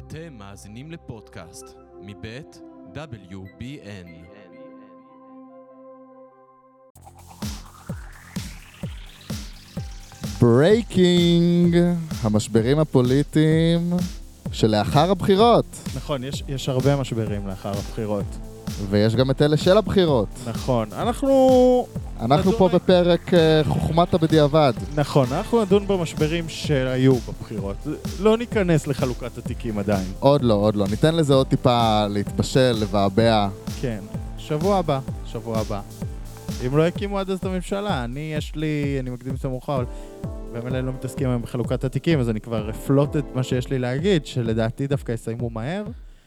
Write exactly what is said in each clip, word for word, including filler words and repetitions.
אתם מאזינים לפודקאסט מבית דאבליו בי אן. ברייקינג, המשברים הפוליטיים שלאחר הבחירות. נכון, יש, יש הרבה משברים לאחר הבחירות. ויש גם את אלה של הבחירות. נכון, אנחנו... אנחנו פה בפרק חוכמת הבדיעבד. נכון, אנחנו נדון במשברים שהיו בבחירות. לא ניכנס לחלוקת התיקים עדיין. עוד לא, עוד לא. ניתן לזה עוד טיפה להתבשל, לבעבע. כן, שבוע הבא, שבוע הבא. אם לא הקימו עד אז את הממשלה, אני יש לי, אני מקדים את המאוחר, ומאלה לא מתעסקים היום בחלוקת התיקים, אז אני כבר אפלוט את מה שיש לי להגיד, שלדעתי דווקא יסיימו מהר.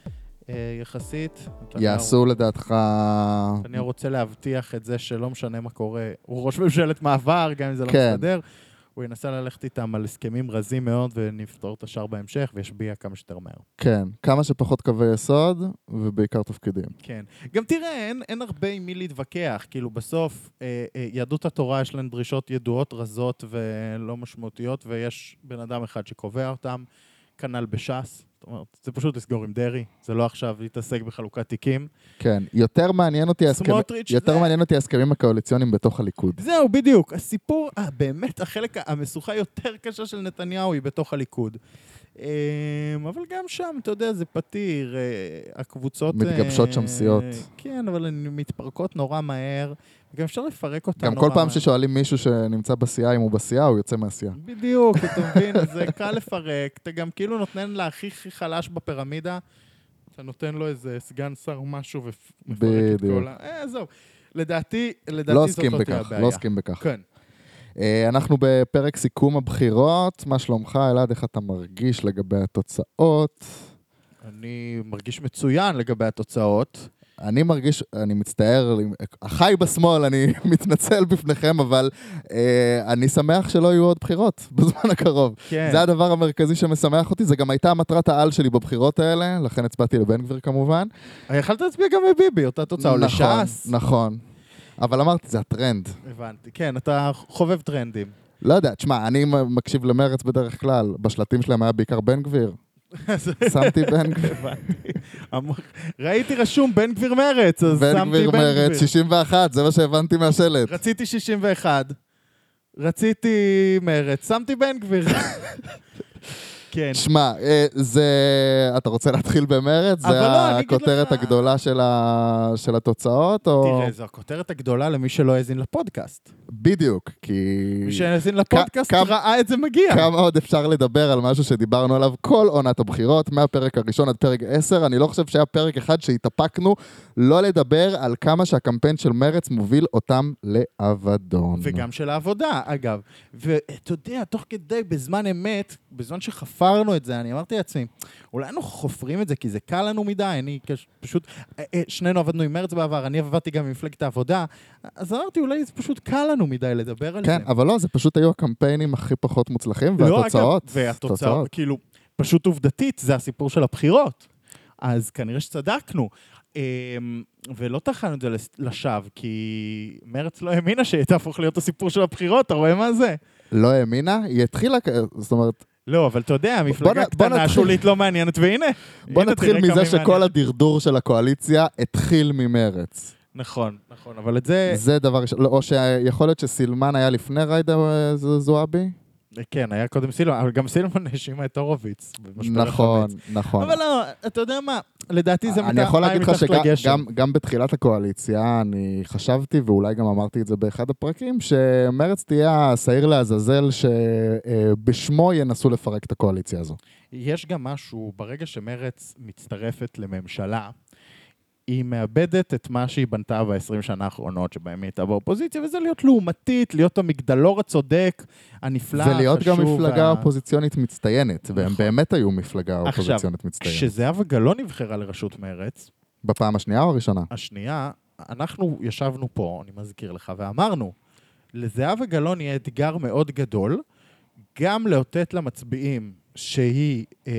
יחסית. יעשו לדעתך... אני רוצה להבטיח את זה שלא משנה מה קורה. הוא ראש ממשלת מעבר, גם אם זה לא כן. מסתדר. הוא ינסה ללכת איתם על הסכמים רזים מאוד, ונפתור את השאר בהמשך, וישביע כמה שיותר מהר. כן, כמה שפחות קווי יסוד, ובעיקר תפקידים. כן. גם תראה, אין, אין הרבה עם מי להתווכח. כאילו בסוף, אה, אה, יהדות התורה יש להן דרישות ידועות, רזות ולא משמעותיות, ויש בן אדם אחד שקובע אותם, כנ"ל בש"ס. זאת אומרת, זה פשוט לסגור עם דרי, זה לא עכשיו להתעסק בחלוקת תיקים. כן, יותר מעניין אותי ההסכמים, יותר זה... מעניין אותי ההסכמים הקואליציוניים בתוך הליכוד. זהו, בדיוק. הסיפור, אה, באמת, החלק, המשוכה יותר קשה של נתניהו היא בתוך הליכוד. אבל גם שם, אתה יודע, זה פתיר, הקבוצות... מתגבשות שם סיעות. כן, אבל הן מתפרקות נורא מהר, וגם אפשר לפרק אותה נורא מהר. גם כל פעם ששואלים מישהו שנמצא בסיעה, אם הוא בסיעה, הוא יוצא מהסיעה. בדיוק, אתה מבין, זה קל לפרק, אתה גם כאילו נותן להכי הכי חלש בפירמידה, אתה נותן לו איזה סגן שר משהו ומפרק את כל ה... אה, זהו. לדעתי, לדעתי זאת אותי הבעיה. לא עוסקים בכך. כן. אנחנו בפרק סיכום הבחירות. מה שלומך, אלעד? איך אתה מרגיש לגבי התוצאות? אני מרגיש מצוין לגבי התוצאות. אני מרגיש, אני מצטער, החי בשמאל, אני מתנצל בפניכם, אבל אה, אני שמח שלא יהיו עוד בחירות בזמן הקרוב. כן. זה הדבר המרכזי שמשמח אותי, זה גם הייתה מטרת העל שלי בבחירות האלה, לכן הצבעתי לבן גביר כמובן. יכלת להצביע גם לביבי, אותה תוצאה, או לש"ס. נכון. אבל אמרתי, זה הטרנד. הבנתי, כן, אתה חובב טרנדים. לא יודע, תשמע, אני מקשיב למרץ בדרך כלל, בשלטים שלהם היה בעיקר בן גביר. שמתי בן גביר. הבנתי. ראיתי רשום בן גביר מרץ, אז שמתי בן גביר. בן גביר מרץ, שישים ואחת, זה מה שהבנתי מהשלט. רציתי שישים ואחת, רציתי מרץ, שמתי בן גביר. כן. שמע, זה... אתה רוצה להתחיל במרץ? זה הכותרת הגדולה של התוצאות? תראה, זו הכותרת הגדולה למי שלא האזין לפודקאסט. בדיוק, כי... מי שהאזין לפודקאסט ראה את זה מגיע. כמה עוד אפשר לדבר על משהו שדיברנו עליו כל עונת הבחירות, מהפרק הראשון עד פרק עשר, אני לא חושב שהיה פרק אחד שהתאפקנו לא לדבר על כמה שהקמפיין של מרץ מוביל אותם לאבדון. וגם של העבודה, אגב. ואתה יודע, תוך כדי, בזמן אמת, בזמן שחפרנו את זה, אני אמרתי לעצמי, אולי אנחנו חופרים את זה, כי זה קל לנו מדי, אני פשוט, שנינו עבדנו עם מרץ בעבר, אני עבדתי גם עם מפלגת העבודה, אז אמרתי, אולי זה פשוט קל לנו מדי לדבר על זה. כן, אבל לא, זה פשוט היו הקמפיינים הכי פחות מוצלחים, והתוצאות... והתוצאות, כאילו, פשוט עובדתית, זה הסיפור של הבחירות. אז כנראה שצדקנו. ולא תחנו את זה לשווא, כי מרץ לא האמינה שהיא תהפוך להיות הסיפור של הבחירות, אתה רואה מה זה? לא האמינה? היא התחילה, זאת אומרת... לא, אבל אתה יודע, המפלגה קטנה שולית לא מעניינת, והנה. בוא נתחיל מזה שכל הדרדור של הקואליציה התחיל ממרץ. נכון, נכון, אבל את זה... זה דבר... או שיכול להיות שסילמן היה לפני ריידה זועבי? כן, היה קודם סילמן, אבל גם סילמן האשימה את הורוביץ. נכון, נכון. אבל לא, אתה יודע מה, לדעתי זה אני יכול להגיד לך שגם בתחילת הקואליציה, אני חשבתי, ואולי גם אמרתי את זה באחד הפרקים, שמרץ תהיה השעיר לעזאזל שבשמו ינסו לפרק את הקואליציה הזו. יש גם משהו, ברגע שמרץ מצטרפת לממשלה, היא מאבדת את מה שהיא בנתה ב-עשרים שנה האחרונות, שבהם היא הייתה באופוזיציה, וזה להיות לעומתית, להיות המגדלור הצודק, הנפלא, החשוב. ולהיות גם מפלגה וה... אופוזיציונית מצטיינת, והם באמת היו מפלגה אופוזיציונית מצטיינת. עכשיו, כשזהבה גלאון נבחרה לראשות מרץ, בפעם השנייה או הראשונה? השנייה, אנחנו ישבנו פה, אני מזכיר לך, ואמרנו, לזהבה גלאון יהיה אתגר מאוד גדול, גם לאותת למצביעים שהיא אה,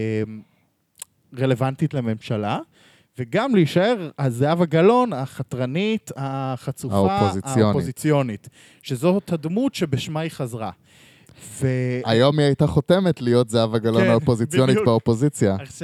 רלוונטית לממשלה, וגם להישאר הזהבה גלאון, החתרנית, החצופה, האופוזיציונית. האופוזיציונית, שזאת הדמות שבשמה היא חזרה. ו... היום היא הייתה חותמת להיות זהבה גלאון כן, האופוזיציונית בדיוק. באופוזיציה. עכשיו,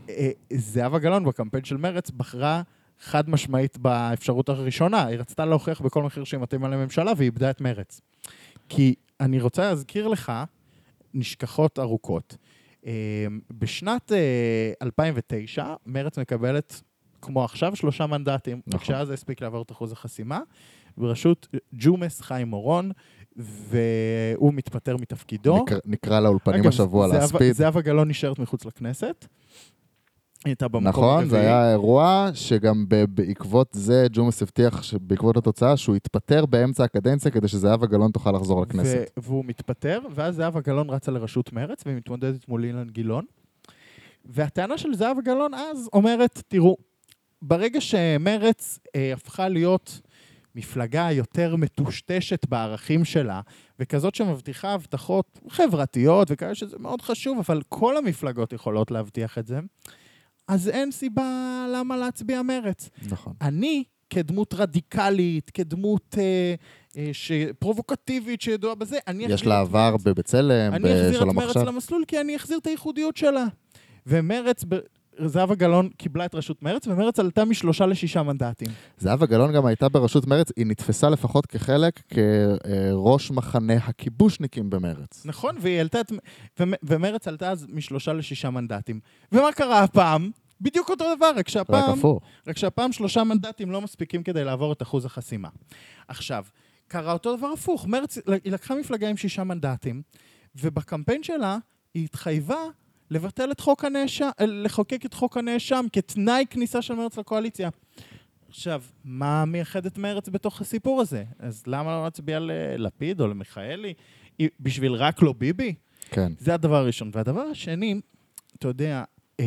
זהבה גלאון בקמפיין של מרץ בחרה חד משמעית באפשרות הראשונה. היא רצתה להוכיח בכל מחיר שהיא מתאימה לממשלה, והיא איבדה את מרץ. כי אני רוצה להזכיר לך נשכחות ארוכות. בשנת אלפיים ותשע, מרץ מקבלת, כמו עכשיו, שלושה מנדטים, נכון. וכשאז הספיק לעבור את אחוז החסימה, בראשות ג'ומס חיים אורון, והוא מתפטר מתפקידו. נקרא, נקרא לאולפנים השבוע להספיד. זהבה גלאון נשארת מחוץ לכנסת. הייתה במקום נכון, רביעי. זה היה אירוע שגם בעקבות זה ג'ומס הבטיח שבעקבות התוצאה שהוא יתפטר באמצע הקדנציה כדי שזהבה גלאון תוכל לחזור לכנסת. והוא מתפטר, ואז זהבה גלאון רצה לראשות מרץ, והיא מתמודדת מול אילן גילאון. והטענה של זהבה גלאון אז אומרת, תראו, ברגע שמרץ אה, הפכה להיות מפלגה יותר מטושטשת בערכים שלה, וכזאת שמבטיחה הבטחות חברתיות, וכאלה שזה מאוד חשוב, אבל כל המפלגות יכולות להבטיח את זה, אז אין סיבה למה להצביע מרץ. נכון. אני, כדמות רדיקלית, כדמות אה, אה, פרובוקטיבית שידוע בזה, אני יש לה עבר בבצלם, אני אחזיר את מרץ למסלול, כי אני אחזיר את הייחודיות שלה. ומרץ, זהבה גלאון קיבלה את ראשות מרץ, ומרץ עלתה משלושה לשישה מנדטים. זהבה גלאון גם הייתה בראשות מרץ, היא נתפסה לפחות כחלק, כראש מחנה הכיבושניקים במרץ. נכון, והיא עלתה, ומרץ עלתה אז משלושה לשישה מנדטים. ומה קרה הפעם? בדיוק אותו דבר, רק שהפעם, רק שהפעם שלושה מנדטים לא מספיקים כדי לעבור את אחוז החסימה. עכשיו, קרה אותו דבר הפוך, מרץ, היא לקחה מפלגה עם שישה מנדטים, ובקמפיין שלה היא התחייבה לבטל את חוק הנאשם, לחוקק את חוק הנאשם כתנאי כניסה של מרץ לקואליציה. עכשיו, מה מייחד את מרץ בתוך הסיפור הזה? אז למה לא להצביע ללפיד או למיכאלי? בשביל רק לא ביבי? כן. זה הדבר הראשון. והדבר השני, אתה יודע,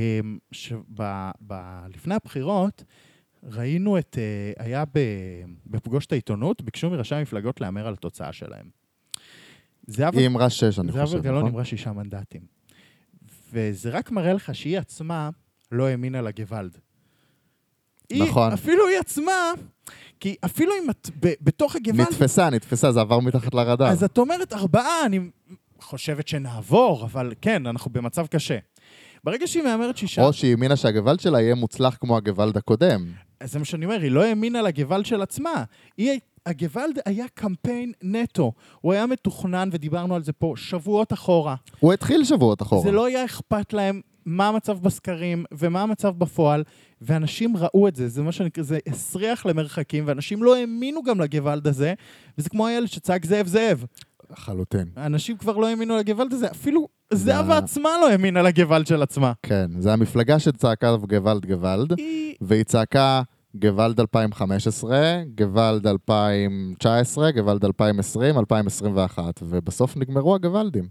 לפני הבחירות, ראינו את, היה בפגוש את העיתונות, ביקשו מראשי המפלגות לאמר על התוצאה שלהם. היא אמרה שש, אני חושב. זהבה גלאון אמרה שישה מנדטים. וזה רק מראה לך שהיא עצמה לא האמינה לגוואלד. נכון. היא, אפילו היא עצמה, כי אפילו אם את ב, בתוך הגוואלד... נתפסה, נתפסה, זה עבר מתחת לרדאר. אז את אומרת ארבעה, אני חושבת שנעבור, אבל כן, אנחנו במצב קשה. ברגע שהיא מאמרת שישה... או שהיא האמינה שהגוואלד שלה יהיה מוצלח כמו הגוואלד הקודם. אז זה מה שאני אומר, היא לא האמינה לגוואלד של עצמה. היא... הגוואלד היה קמפיין נטו. הוא היה מתוכנן, ודיברנו על זה פה, שבועות אחורה. הוא התחיל שבועות אחורה. זה לא היה אכפת להם מה המצב בסקרים, ומה המצב בפועל, ואנשים ראו את זה. זה מה שנקרא, זה הסריח למרחקים, ואנשים לא האמינו גם לגוואלד הזה, וזה כמו הילד שצעק זאב זאב. חלוטין. אנשים כבר לא האמינו לגוואלד הזה, אפילו זהבה עצמה לא האמינה לגוואלד של עצמה. כן, זה המפלגה שצעקה גוואלד גוואלד, והיא צעקה גוואלד אלפיים וחמש עשרה, גוואלד אלפיים תשע עשרה, גוואלד אלפיים עשרים, אלפיים עשרים ואחת, ובסוף נגמרו הגוואלדים.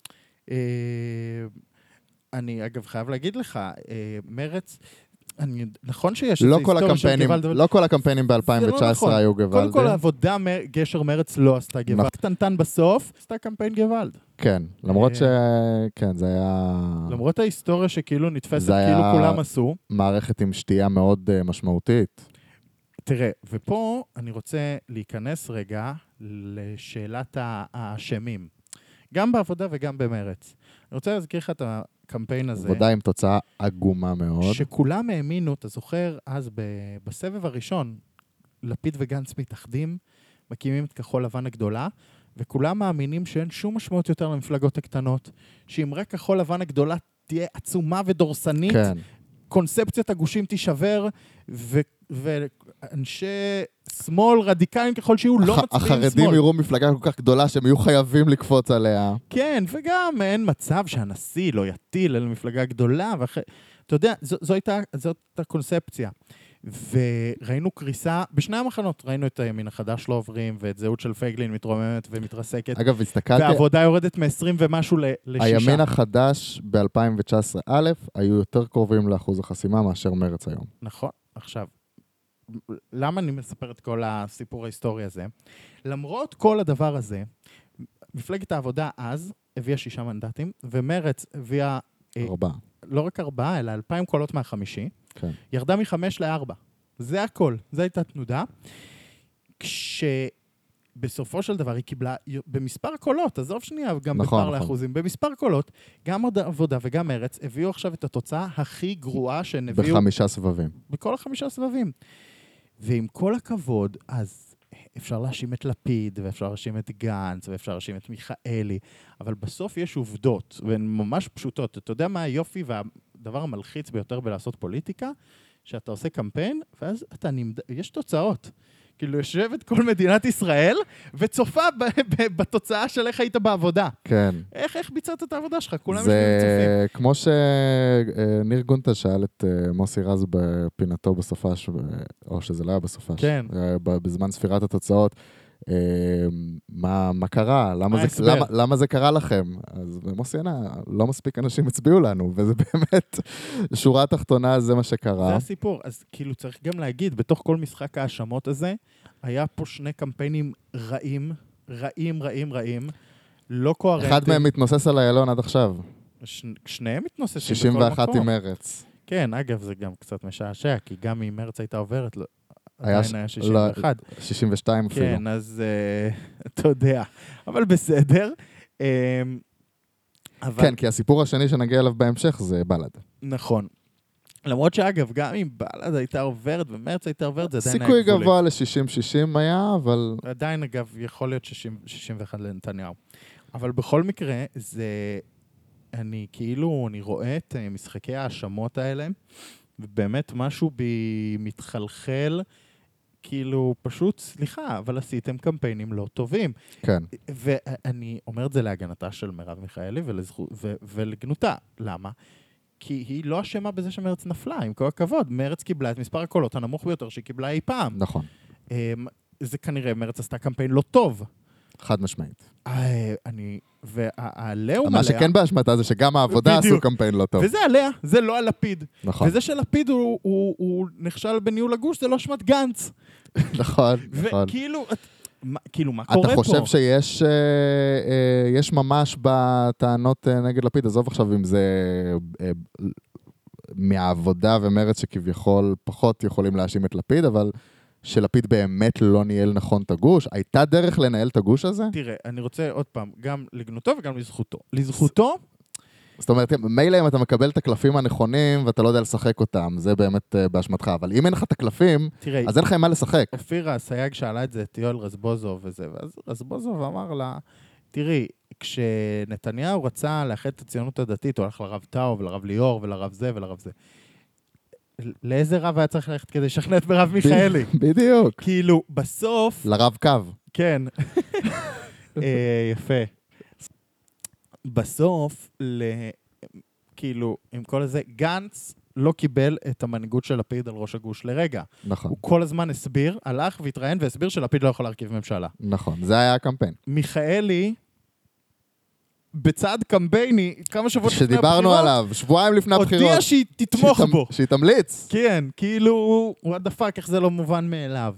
אני אגב חייב להגיד לך, מרץ, אני, נכון שיש לא כל הקמפיינים, לא כל הקמפיינים ב-אלפיים תשע עשרה היו גוואלדים. קודם כל העבודה גשר מרץ לא עשתה גוואלד. קטנטן בסוף, עשתה קמפיין גוואלד. כן, למרות ש... כן, זה היה... למרות ההיסטוריה שכאילו נתפסת, כאילו כולם עשו. מערכת עם שתייה מאוד משמעותית. תראה, ופה אני רוצה להיכנס רגע לשאלת האשמים. גם בעבודה וגם במרץ. אני רוצה להזכיר לך את הקמפיין הזה. עבודה עם תוצאה עגומה מאוד. שכולם האמינו, אתה זוכר, אז בסבב הראשון, לפיד וגנץ מתאחדים, מקימים את כחול לבן הגדולה, וכולם מאמינים שאין שום משמעות יותר למפלגות הקטנות, שאם רק כחול לבן הגדולה תהיה עצומה ודורסנית, כן. קונספציית הגושים תישבר, ו... ואנשי שמאל רדיקליים ככל שיהיו לא מצביעים שמאל. החרדים יראו מפלגה כל כך גדולה שהם יהיו חייבים לקפוץ עליה. כן, וגם אין מצב שהנשיא לא יטיל על מפלגה גדולה. ואח... אתה יודע, זו, זו הייתה, זאת הקונספציה. וראינו קריסה, בשני המחנות ראינו את הימין החדש לא עוברים, ואת זהות של פייגלין מתרוממת ומתרסקת. אגב, הסתכלתי... והעבודה יורדת מ-עשרים ומשהו לשישה. הימין החדש ב-אלפיים תשע עשרה א' היו יותר קרובים לאחוז החסימה מאשר מרץ היום. נכון. עכשיו, למה אני מספר את כל הסיפור ההיסטורי הזה? למרות כל הדבר הזה, מפלגת העבודה אז הביאה שישה מנדטים, ומרץ הביאה... ארבעה. לא רק ארבעה, אלא אלפיים קולות מהחמישי. כן. ירדה מחמש לארבע. זה הכל. זו הייתה תנודה. בסופו של דבר היא קיבלה במספר קולות, עזוב שנייה, גם נכון, בפער נכון. לאחוזים, במספר קולות, גם עבודה וגם מרץ, הביאו עכשיו את התוצאה הכי גרועה שהן הביאו... בחמישה סבבים. בכל החמישה סבבים. ועם כל הכבוד, אז אפשר להאשים את לפיד, ואפשר להאשים את גנץ, ואפשר להאשים את מיכאלי, אבל בסוף יש עובדות, והן ממש פשוטות. אתה יודע מה היופי והדבר המלחיץ ביותר בלעשות פוליטיקה? שאתה עושה קמפיין, ואז אתה נמד... יש תוצאות. כאילו, יושבת כל מדינת ישראל, וצופה ב- ב- בתוצאה של איך היית בעבודה. כן. איך, איך ביצעת את העבודה שלך? כולם יושבים זה וצופים. כמו שניר גונטה שאל את מוסי רז בפינתו בסופש, או שזה לא היה בסופש. כן. בזמן ספירת התוצאות. מה, מה קרה? למה זה, ההסבר. למה, למה זה קרה לכם? אז מוסי ענה, לא מספיק אנשים הצביעו לנו, וזה באמת, שורה התחתונה, זה מה שקרה. זה הסיפור. אז כאילו צריך גם להגיד, בתוך כל משחק האשמות הזה, היה פה שני קמפיינים רעים, רעים, רעים, רעים, לא קוהרנטים. אחד מהם מתנוסס על איילון עד עכשיו. ש... שניהם מתנוססים בכל מקום. שישים ואחת עם מרץ. כן, אגב, זה גם קצת משעשע, כי גם אם מרץ הייתה עוברת, לא... היה עדיין היה שישים ואחת. שישים ושתיים אפילו. כן, אז uh, אתה יודע. אבל בסדר. Um, אבל... כן, כי הסיפור השני שנגיע אליו בהמשך זה בל"ד. נכון. למרות שאגב, גם אם בל"ד הייתה עוברת ומרץ הייתה עוברת, זה עדיין היה סיכוי גבולי. גבוה ל-שישים שישים היה, אבל... עדיין, אגב, יכול להיות שישים, שישים ואחת לנתניהו. אבל בכל מקרה, זה... אני כאילו, אני רואה את משחקי האשמות האלה, ובאמת משהו בי מתחלחל, כאילו, פשוט, סליחה, אבל עשיתם קמפיינים לא טובים. כן. ואני אומר את זה להגנתה של מרב מיכאלי ולזכו, ו, ולגנותה. למה? כי היא לא אשמה בזה שמרץ נפלה, עם כל הכבוד. מרץ קיבלה את מספר הקולות הנמוך ביותר שהיא קיבלה אי פעם. נכון. זה כנראה, מרץ עשתה קמפיין לא טוב. חד משמעית. אני, והעליהום מה עליה... שכן באשמתה זה שגם העבודה עשו קמפיין לא טוב. וזה עליה, זה לא על לפיד. נכון. וזה שלפיד הוא, הוא, הוא נכשל בניהול הגוש, זה לא אשמת גנץ. נכון, נכון. וכאילו, מה, כאילו, מה קורה פה? אתה חושב שיש אה, אה, יש ממש בטענות אה, נגד לפיד, עזוב עכשיו אם זה אה, מהעבודה ומרץ שכביכול פחות יכולים להאשים את לפיד, אבל שלפיד באמת לא ניהל נכון את הגוש? הייתה דרך לנהל את הגוש הזה? תראה, אני רוצה עוד פעם, גם לגנותו וגם לזכותו. לזכותו... זאת אומרת, מילא אם אתה מקבל את הקלפים הנכונים ואתה לא יודע לשחק אותם, זה באמת uh, באשמתך, אבל אם אין לך את הקלפים, תראה, אז אין לך עם מה לשחק. אופירה, הסייג שאלה את זה, את יואל רזבוזוב וזה, ואז רזבוזוב אמר לה, תראי, כשנתניהו רצה לאחד את הציונות הדתית, הוא הלך לרב טאו ולרב ליאור ולרב זה ולרב זה. לאיזה רב היה צריך ללכת כדי לשכנע את מרב מיכאלי? בדיוק. כאילו, בסוף... לרב קו. כן. יפה. בסוף, כאילו, עם כל הזה, גנץ לא קיבל את המנהיגות של לפיד על ראש הגוש לרגע. נכון. הוא כל הזמן הסביר, הלך והתראיין והסביר שלפיד לא יכול להרכיב ממשלה. נכון, זה היה הקמפיין. מיכאלי, בצעד קמפייני, כמה שבועות לפני הבחירות, שדיברנו עליו, שבועיים לפני הבחירות. הודיע שהיא תתמוך בו. שהיא תמליץ. כן, כאילו, what the fuck, איך זה לא מובן מאליו.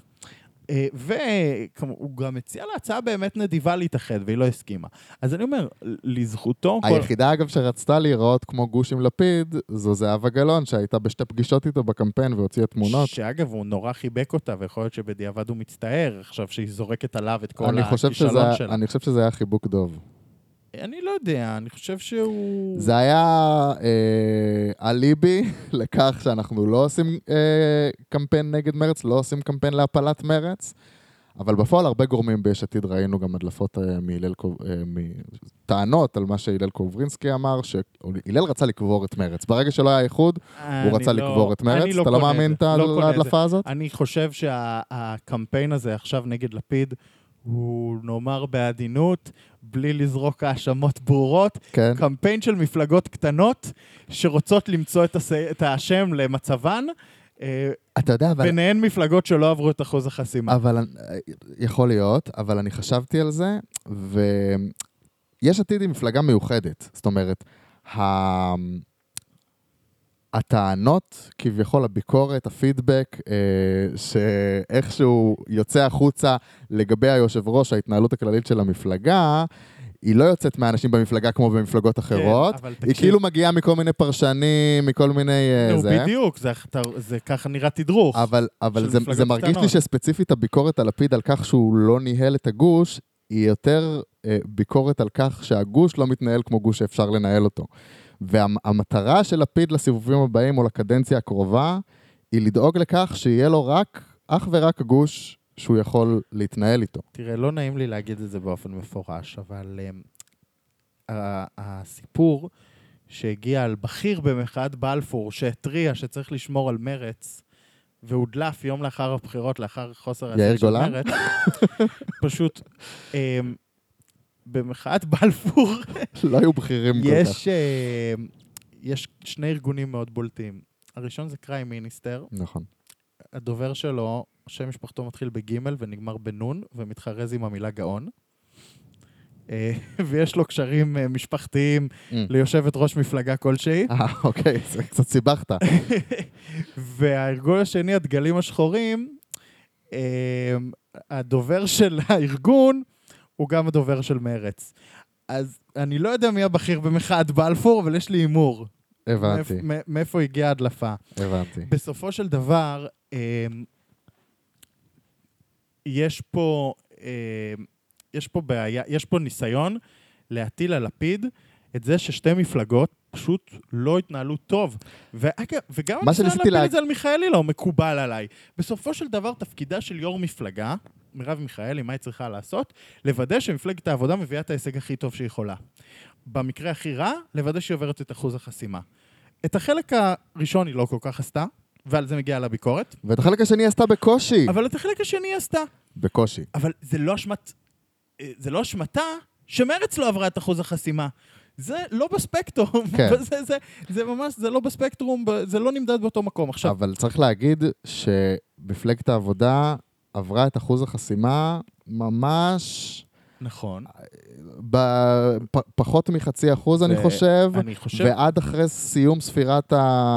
והוא גם הציע להצעה באמת נדיבה להתאחד, והיא לא הסכימה. אז אני אומר, לזכותו... היחידה, אגב, שרצתה להיראות כמו גוש עם לפיד, זו זהבה גלאון, שהייתה בשתי פגישות איתו בקמפיין והוציאה תמונות. שאגב, הוא נורא חיבק אותה, ויכול להיות שבדיעבד הוא מצטער, עכשיו שהיא זורקת עליו את כל הכישלון שלה. אני חושב שזה היה חיבוק דוב. אני לא יודע, אני חושב שהוא... זה היה אה, אליבי לכך שאנחנו לא עושים אה, קמפיין נגד מרץ, לא עושים קמפיין להפלת מרץ, אבל בפועל הרבה גורמים ביש עתיד ראינו גם הדלפות אה, מהילל, אה, טענות על מה שהילל קוברינסקי אמר, שהילל רצה לקבור את מרץ. ברגע שלא היה איחוד, הוא רצה לא, לקבור את מרץ. אתה לא מאמין את לא ההדלפה הזאת? אני חושב שהקמפיין הזה עכשיו נגד לפיד, הוא נאמר בעדינות, בלי לזרוק האשמות ברורות, כן. קמפיין של מפלגות קטנות, שרוצות למצוא את, הס... את האשם למצבן, אתה יודע, אבל... ביניהן מפלגות שלא עברו את אחוז החסימה. אבל, יכול להיות, אבל אני חשבתי על זה, ויש עתיד היא מפלגה מיוחדת. זאת אומרת, ה... הטענות, כביכול הביקורת, הפידבק, אה, שאיכשהו יוצא החוצה לגבי היושב ראש, ההתנהלות הכללית של המפלגה, היא לא יוצאת מהאנשים במפלגה כמו במפלגות אחרות, היא כאילו מגיעה מכל מיני פרשנים, מכל מיני... נו, בדיוק, זה ככה נראה תדרוך. אבל זה מרגיש לי שספציפית הביקורת על לפיד על כך שהוא לא ניהל את הגוש, היא יותר ביקורת על כך שהגוש לא מתנהל כמו גוש שאפשר לנהל אותו. והמטרה של לפיד לסיבובים הבאים או לקדנציה הקרובה, היא לדאוג לכך שיהיה לו רק, אך ורק הגוש שהוא יכול להתנהל איתו. תראה, לא נעים לי להגיד את זה באופן מפורש, אבל uh, הסיפור שהגיע על בכיר במחאת בלפור, שהטריע שצריך לשמור על מרץ, והודלף יום לאחר הבחירות, לאחר חוסר יאיר גולן? מרץ, פשוט... Um, במחאת בלפור... לא היו בכירים כל כך. יש, יש שני ארגונים מאוד בולטים. הראשון זה קריי מיניסטר. נכון. הדובר שלו, שם משפחתו מתחיל בגימל ונגמר בנון, ומתחרז עם המילה גאון. ויש לו קשרים משפחתיים ליושבת ראש מפלגה כלשהי. אה, אוקיי, זה קצת סיבכת. והארגון השני, הדגלים השחורים, הדובר של הארגון, הוא גם הדובר של מרץ. אז אני לא יודע מי הבכיר במחאת בלפור, אבל יש לי אימור. הבנתי. מאיפה הגיעה הדלפה. הבנתי. בסופו של דבר, יש פה, יש פה בעיה, יש פה ניסיון להטיל על לפיד את זה ששתי מפלגות פשוט לא התנהלו טוב. ואגב, וגם אני רוצה להפיל את זה על מיכאלי לא מקובל עליי. בסופו של דבר, תפקידה של יו"ר מפלגה, מרב מיכאלי, מה היא צריכה לעשות? לוודא שמפלגת העבודה מביאה את ההישג הכי טוב שהיא יכולה. במקרה הכי רע, לוודא שהיא עוברת את אחוז החסימה. את החלק הראשון היא לא כל כך עשתה, ועל זה מגיעה לביקורת. ואת החלק השני עשתה בקושי. אבל את החלק השני עשתה. בקושי. אבל זה לא אשמת, זה לא אשמתה שמרץ לא עברה את אחוז החסימה. זה לא בספקטרום. כן. זה, זה, זה ממש, זה לא בספקטרום, זה לא נמדד באותו מקום. עכשיו... אבל צריך להגיד שבפלגת העבודה עברה את אחוז החסימה ממש... נכון. בפחות מחצי אחוז, אני חושב, אני חושב... ועד אחרי סיום ספירת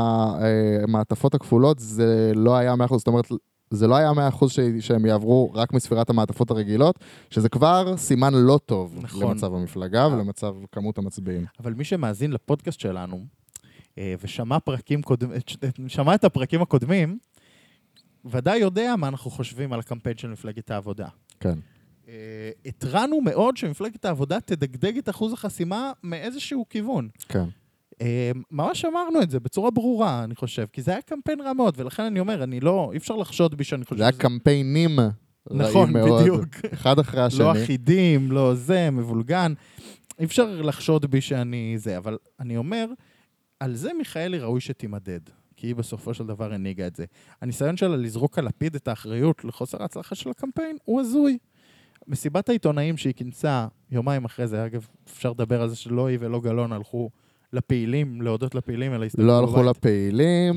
המעטפות הכפולות, זה לא היה מאה אחוז, זאת אומרת, זה לא היה מאה אחוז שהם יעברו רק מספירת המעטפות הרגילות, שזה כבר סימן לא טוב נכון. למצב המפלגה ולמצב כמות המצביעים. אבל מי שמאזין לפודקאסט שלנו, ושמע פרקים קודמים, שמע את הפרקים הקודמים, ודאי יודע מה אנחנו חושבים על הקמפיין של מפלגת העבודה. כן. התרענו מאוד שמפלגת העבודה תדגדג את אחוז החסימה מאיזשהו כיוון. כן. ממש אמרנו את זה בצורה ברורה, אני חושב, כי זה היה קמפיין רע מאוד, ולכן אני אומר, אני לא, אי אפשר לחשוד בי שאני חושב שזה... זה היה קמפיינים נכון, רעים מאוד. בדיוק. אחד אחרי השני. לא אחידים, לא זה, מבולגן. אי אפשר לחשוד בי שאני זה, אבל אני אומר, על זה מיכאלי ראוי שתימדד. כי היא בסופו של דבר הנהיגה את זה. הניסיון שלה לזרוק על לפיד את האחריות לחוסר ההצלחה של הקמפיין, הוא הזוי. מסיבת העיתונאים שהיא כינסה יומיים אחרי זה, אגב, אפשר לדבר על זה שלא היא ולא גלון הלכו לפעילים, להודות לפעילים, אלא הסתכלו לא הלכו לפעילים,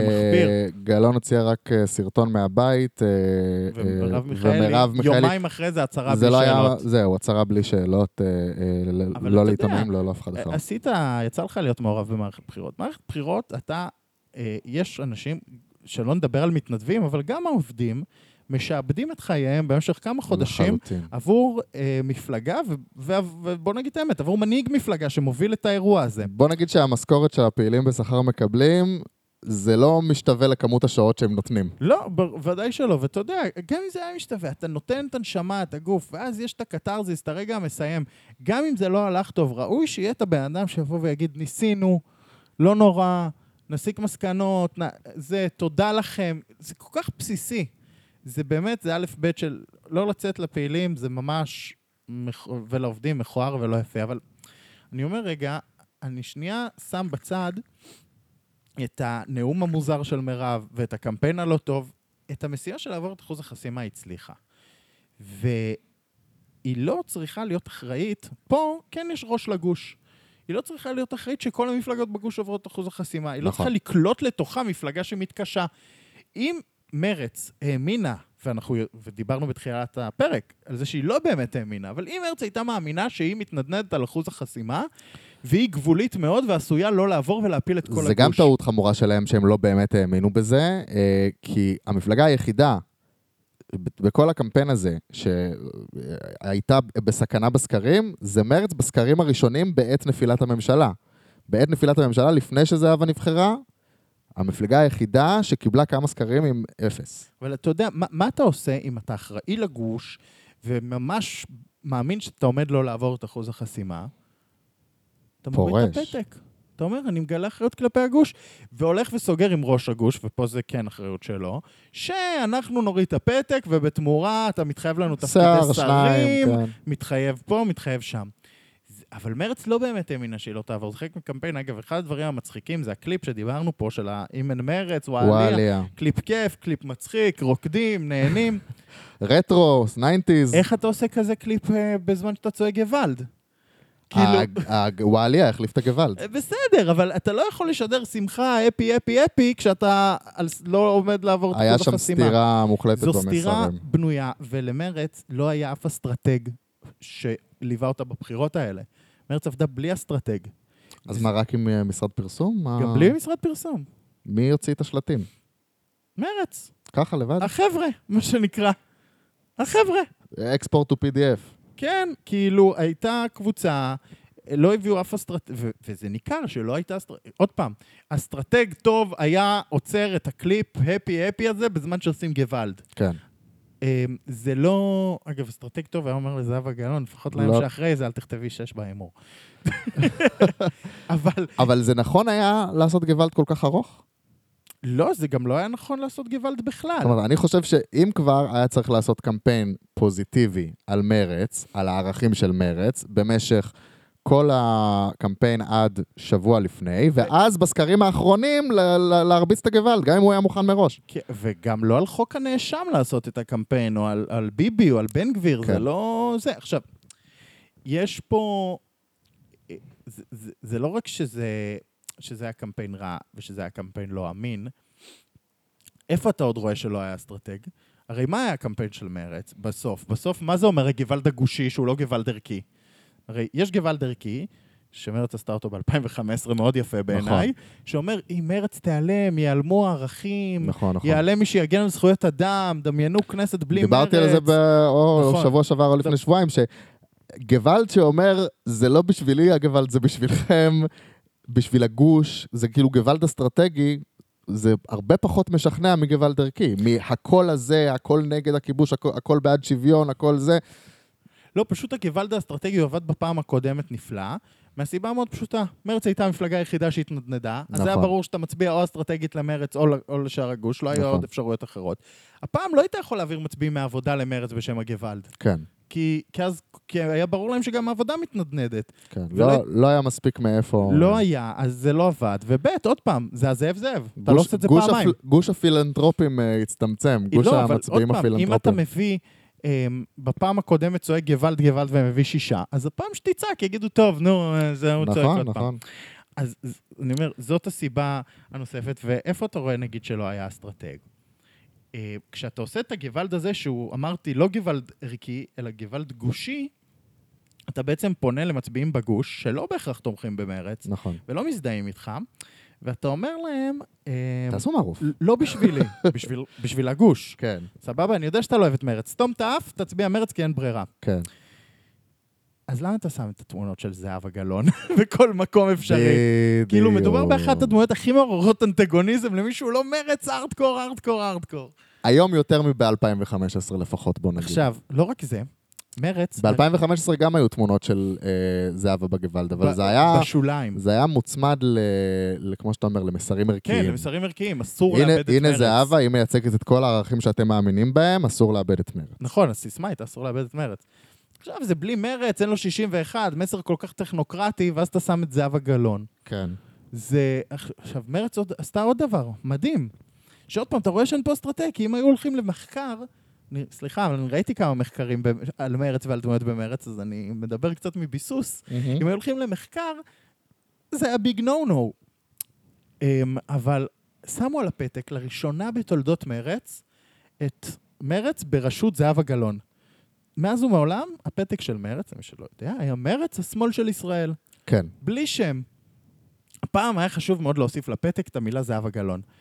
גלון הוציאה רק סרטון מהבית, ומרב מיכאלי, יומיים אחרי זה הצהרה בלי שאלות. זהו, הצהרה בלי שאלות, לא לעיתונאים, לא לאף אחד אחר. עשית, יצא לך להיות מעורב במערכת בחירות. מערכת בחירות, אתה, יש אנשים שלא נדבר על מתנדבים, אבל גם העובדים, משעבדים את חייהם במשך כמה חודשים לחלוטין. עבור אה, מפלגה, ובוא נגיד את האמת, עבור מנהיג מפלגה שמוביל את האירוע הזה. בוא נגיד שהמשכורת שהפעילים בשכר מקבלים, זה לא משתווה לכמות השעות שהם נותנים. לא, ודאי שלא, ואתה יודע, גם אם זה היה משתווה, אתה נותן את הנשמה, את הגוף, ואז יש את הקטרזיס, את הרגע המסיים, גם אם זה לא הלך טוב, ראוי שיהיה את הבן אדם שיבוא ויגיד, ניסינו, לא נורא, נסיק מסקנות, זה, תודה לכם, זה כל כך בסיסי. זה באמת, זה א' ב' של לא לצאת לפעילים, זה ממש, ולעובדים מכוער ולא יפה, אבל אני אומר רגע, אני שנייה שם בצד את הנאום המוזר של מרב, ואת הקמפיין הלא טוב, את המשימה של לעבור את אחוז החסימה הצליחה. והיא לא צריכה להיות אחראית, פה כן יש ראש לגוש. היא לא צריכה להיות אחראית שכל המפלגות בגוש עוברות את אחוז החסימה. היא לא צריכה לקלוט לתוכה מפלגה שמתקשה. אם מרץ האמינה, ואנחנו, ודיברנו בתחילת הפרק, על זה שהיא לא באמת האמינה, אבל אם מרץ הייתה מאמינה שהיא מתנדנדת על אחוז החסימה, והיא גבולית מאוד ועשויה לא לעבור ולהפיל את כל הגוש. זה גם טעות חמורה שלהם שהם לא באמת האמינו בזה, כי המפלגה היחידה בכל הקמפיין הזה, שהייתה בסכנה בסקרים, זה מרץ בסקרים הראשונים בעת נפילת הממשלה. בעת נפילת הממשלה, לפני שזהבה נבחרה, המפלגה היחידה שקיבלה כמה סקרים עם אפס. אבל אתה יודע, מה, מה אתה עושה אם אתה אחראי לגוש, וממש מאמין שאתה עומד לא לעבור את אחוז החסימה? אתה מוריד את הפתק. אתה אומר, אני מגלה אחריות כלפי הגוש, והולך וסוגר עם ראש הגוש, ופה זה כן אחריות שלו, שאנחנו נוריד את הפתק, ובתמורה אתה מתחייב לנו תפקידי שרים, כן. מתחייב פה, מתחייב שם. אבל מרץ לא באמת האמינה שהיא לא תעבור. זה חלק מקמפיין, אגב, אחד הדברים המצחיקים, זה הקליפ שדיברנו פה, של האם אין מרץ, וואליה, קליפ כיף, קליפ מצחיק, רוקדים, נהנים. רטרו, תשעים. איך אתה עושה כזה קליפ בזמן שאתה צועק גוואלד? וואליה, החליף את הגוואלד. בסדר, אבל אתה לא יכול לשדר שמחה, אפי, אפי, אפי, כשאתה לא עומד לעבור את היה שם סתירה מוחלטת במסרים. זו סתירה בנויה, ולמרץ לא היה אף אסטרטג שליווה אותה בבחירות האלה. מרץ עבדה בלי אסטרטג. אז מה, רק עם משרד פרסום? גם בלי משרד פרסום. מי יוציא את השלטים? מרץ. ככה לבד? החבר'ה, מה שנקרא. החבר'ה. אקספורט to פי די אף. כן, כאילו הייתה קבוצה, לא הביאו אף אסטרטג, ו- וזה ניכר שלא הייתה אסטרטג. עוד פעם, אסטרטג טוב היה עוצר את הקליפ הפי-הפי הזה בזמן שעושים גוואלד. כן. זה לא, אגב, אסטרטג טוב היה אומר לזהבה גלאון, לפחות להם לא. שאחרי זה אל תכתבי שש באמור. אבל... אבל זה נכון היה לעשות גוואלד כל כך ארוך? לא, זה גם לא היה נכון לעשות גוואלד בכלל. זאת אומרת, אני חושב שאם כבר היה צריך לעשות קמפיין פוזיטיבי על מרץ, על הערכים של מרץ, במשך כל הקמפיין עד שבוע לפני, ואז בסקרים האחרונים להרביץ את הגוואלד, גם אם הוא היה מוכן מראש. וגם לא על חוק הנאשם לעשות את הקמפיין, או על, על ביבי, או על בן גביר, כן. זה לא זה. עכשיו, יש פה... זה, זה, זה לא רק שזה... שזה היה קמפיין רע, ושזה היה קמפיין לא אמין, איפה אתה עוד רואה שלא היה אסטרטג? הרי מה היה הקמפיין של מרץ? בסוף. בסוף, מה זה אומר הגוואלד הגושי שהוא לא גוואלד ערכי? הרי יש גוואלד ערכי, שמרץ עשתה אותו ב-אלפיים וחמש עשרה, מאוד יפה בעיניי, נכון. שאומר, אם מרץ תיעלם, ייעלמו הערכים, נכון, נכון. ייעלם מי שיגן על זכויות אדם, דמיינו כנסת בלי מרץ. דיברתי על זה ב... או נכון. שבוע שעבר או לפני שבועיים, שגוואלד שאומר, זה לא בשבילי, הגוואלד זה בשבילכם, בשביל הגוש, זה כאילו גוואלד אסטרטגי, זה הרבה פחות משכנע מגוואלד ערכי. מהכל הזה, הכל נגד הכיבוש, הכל, הכל בעד שוויון, הכל זה. לא, פשוט הגוואלד האסטרטגי עבד בפעם הקודמת נפלא, מהסיבה מאוד פשוטה. מרץ הייתה המפלגה היחידה שהתנדנדה, נכון. אז זה היה ברור שאתה מצביע או אסטרטגית למרץ או, או לשאר הגוש, לא נכון. היו עוד אפשרויות אחרות. הפעם לא היית יכול להעביר מצביעים מעבודה למרץ בשם הגוואלד. כן. כי, כי אז כי היה ברור להם שגם העבודה מתנדנדת. כן, ולא, לא, לא היה מספיק מאיפה... לא היה, אז זה לא עבד. ובית, עוד פעם, זה הזאב זאב. אתה לא עושה את זה פעמיים. הפ, גוש הפילנטרופים uh, הצטמצם, גוש לא, המצביעים הפילנטרופים. אם אתה מביא, um, בפעם הקודמת צועק גוואלד גוואלד ומביא שישה, אז הפעם שתצעק, יגידו, טוב, נו, זה הוא צועק עוד פעם. נכון, נכון. אז אני אומר, זאת הסיבה הנוספת, ואיפה אתה רואה, נגיד, שלא היה אסטרטג? כשאתה עושה את הגוואלד הזה, שהוא אמרתי לא גוואלד ערכי, אלא גוואלד גושי, אתה בעצם פונה למצביעים בגוש, שלא בהכרח תומכים במרץ, נכון. ולא מזדהים איתך, ואתה אומר להם... תעשו מערוף. לא בשבילי, בשביל, בשביל הגוש. כן. סבבה, אני יודע שאתה לא אוהב את מרץ. סתום את האף, תצביע מרץ כי אין ברירה. כן. אז למה אתה שם את התמונות של זהבה גלאון בכל מקום אפשרי? כאילו, מדובר באחת הדמויות הכי מעוררות אנטגוניזם למישהו לא מרץ ארדקור, ארדקור, ארדקור. היום יותר מ-ב-אלפיים וחמש עשרה לפחות, בוא נגיד. עכשיו, לא רק זה, מרץ... ב-אלפיים וחמש עשרה גם היו תמונות של זהבה בגוואלד, אבל זה היה... בשוליים. זה היה מוצמד, כמו שאתה אומר, למסרים ערכיים. כן, למסרים ערכיים, אסור לאבד את מרץ. הנה זהבה, היא מייצגת את כל הערכים שאתם מאמינים בהם, אסור לאבד את מרץ. נכון, הסיסמה הייתה, אסור לאבד את מרץ. עכשיו, זה בלי מרץ, אין לו שישים ואחת, מסר כל כך טכנוקרטי, ואז אתה שם את זהבה גלאון. כן. זה... עכשיו, מרץ עוד... עשתה עוד דבר, מדהים. שעוד פעם, אתה רואה שאין פה אסטרטגיה, כי אם היו הולכים למחקר, אני, סליחה, אבל אני ראיתי כמה מחקרים ב, על מרץ ועל דמויות במרץ, אז אני מדבר קצת מביסוס. Mm-hmm. אם היו הולכים למחקר, זה היה ביג נו-נו. Um, אבל שמו על הפתק, לראשונה בתולדות מרץ, את מרץ בראשות זהבה גלאון. מאז ומעולם, הפתק של מרץ, מי שלא יודע, היה מרץ השמאל של ישראל. כן. בלי שם. הפעם היה חשוב מאוד להוסיף לפתק את המילה זהבה גלאון.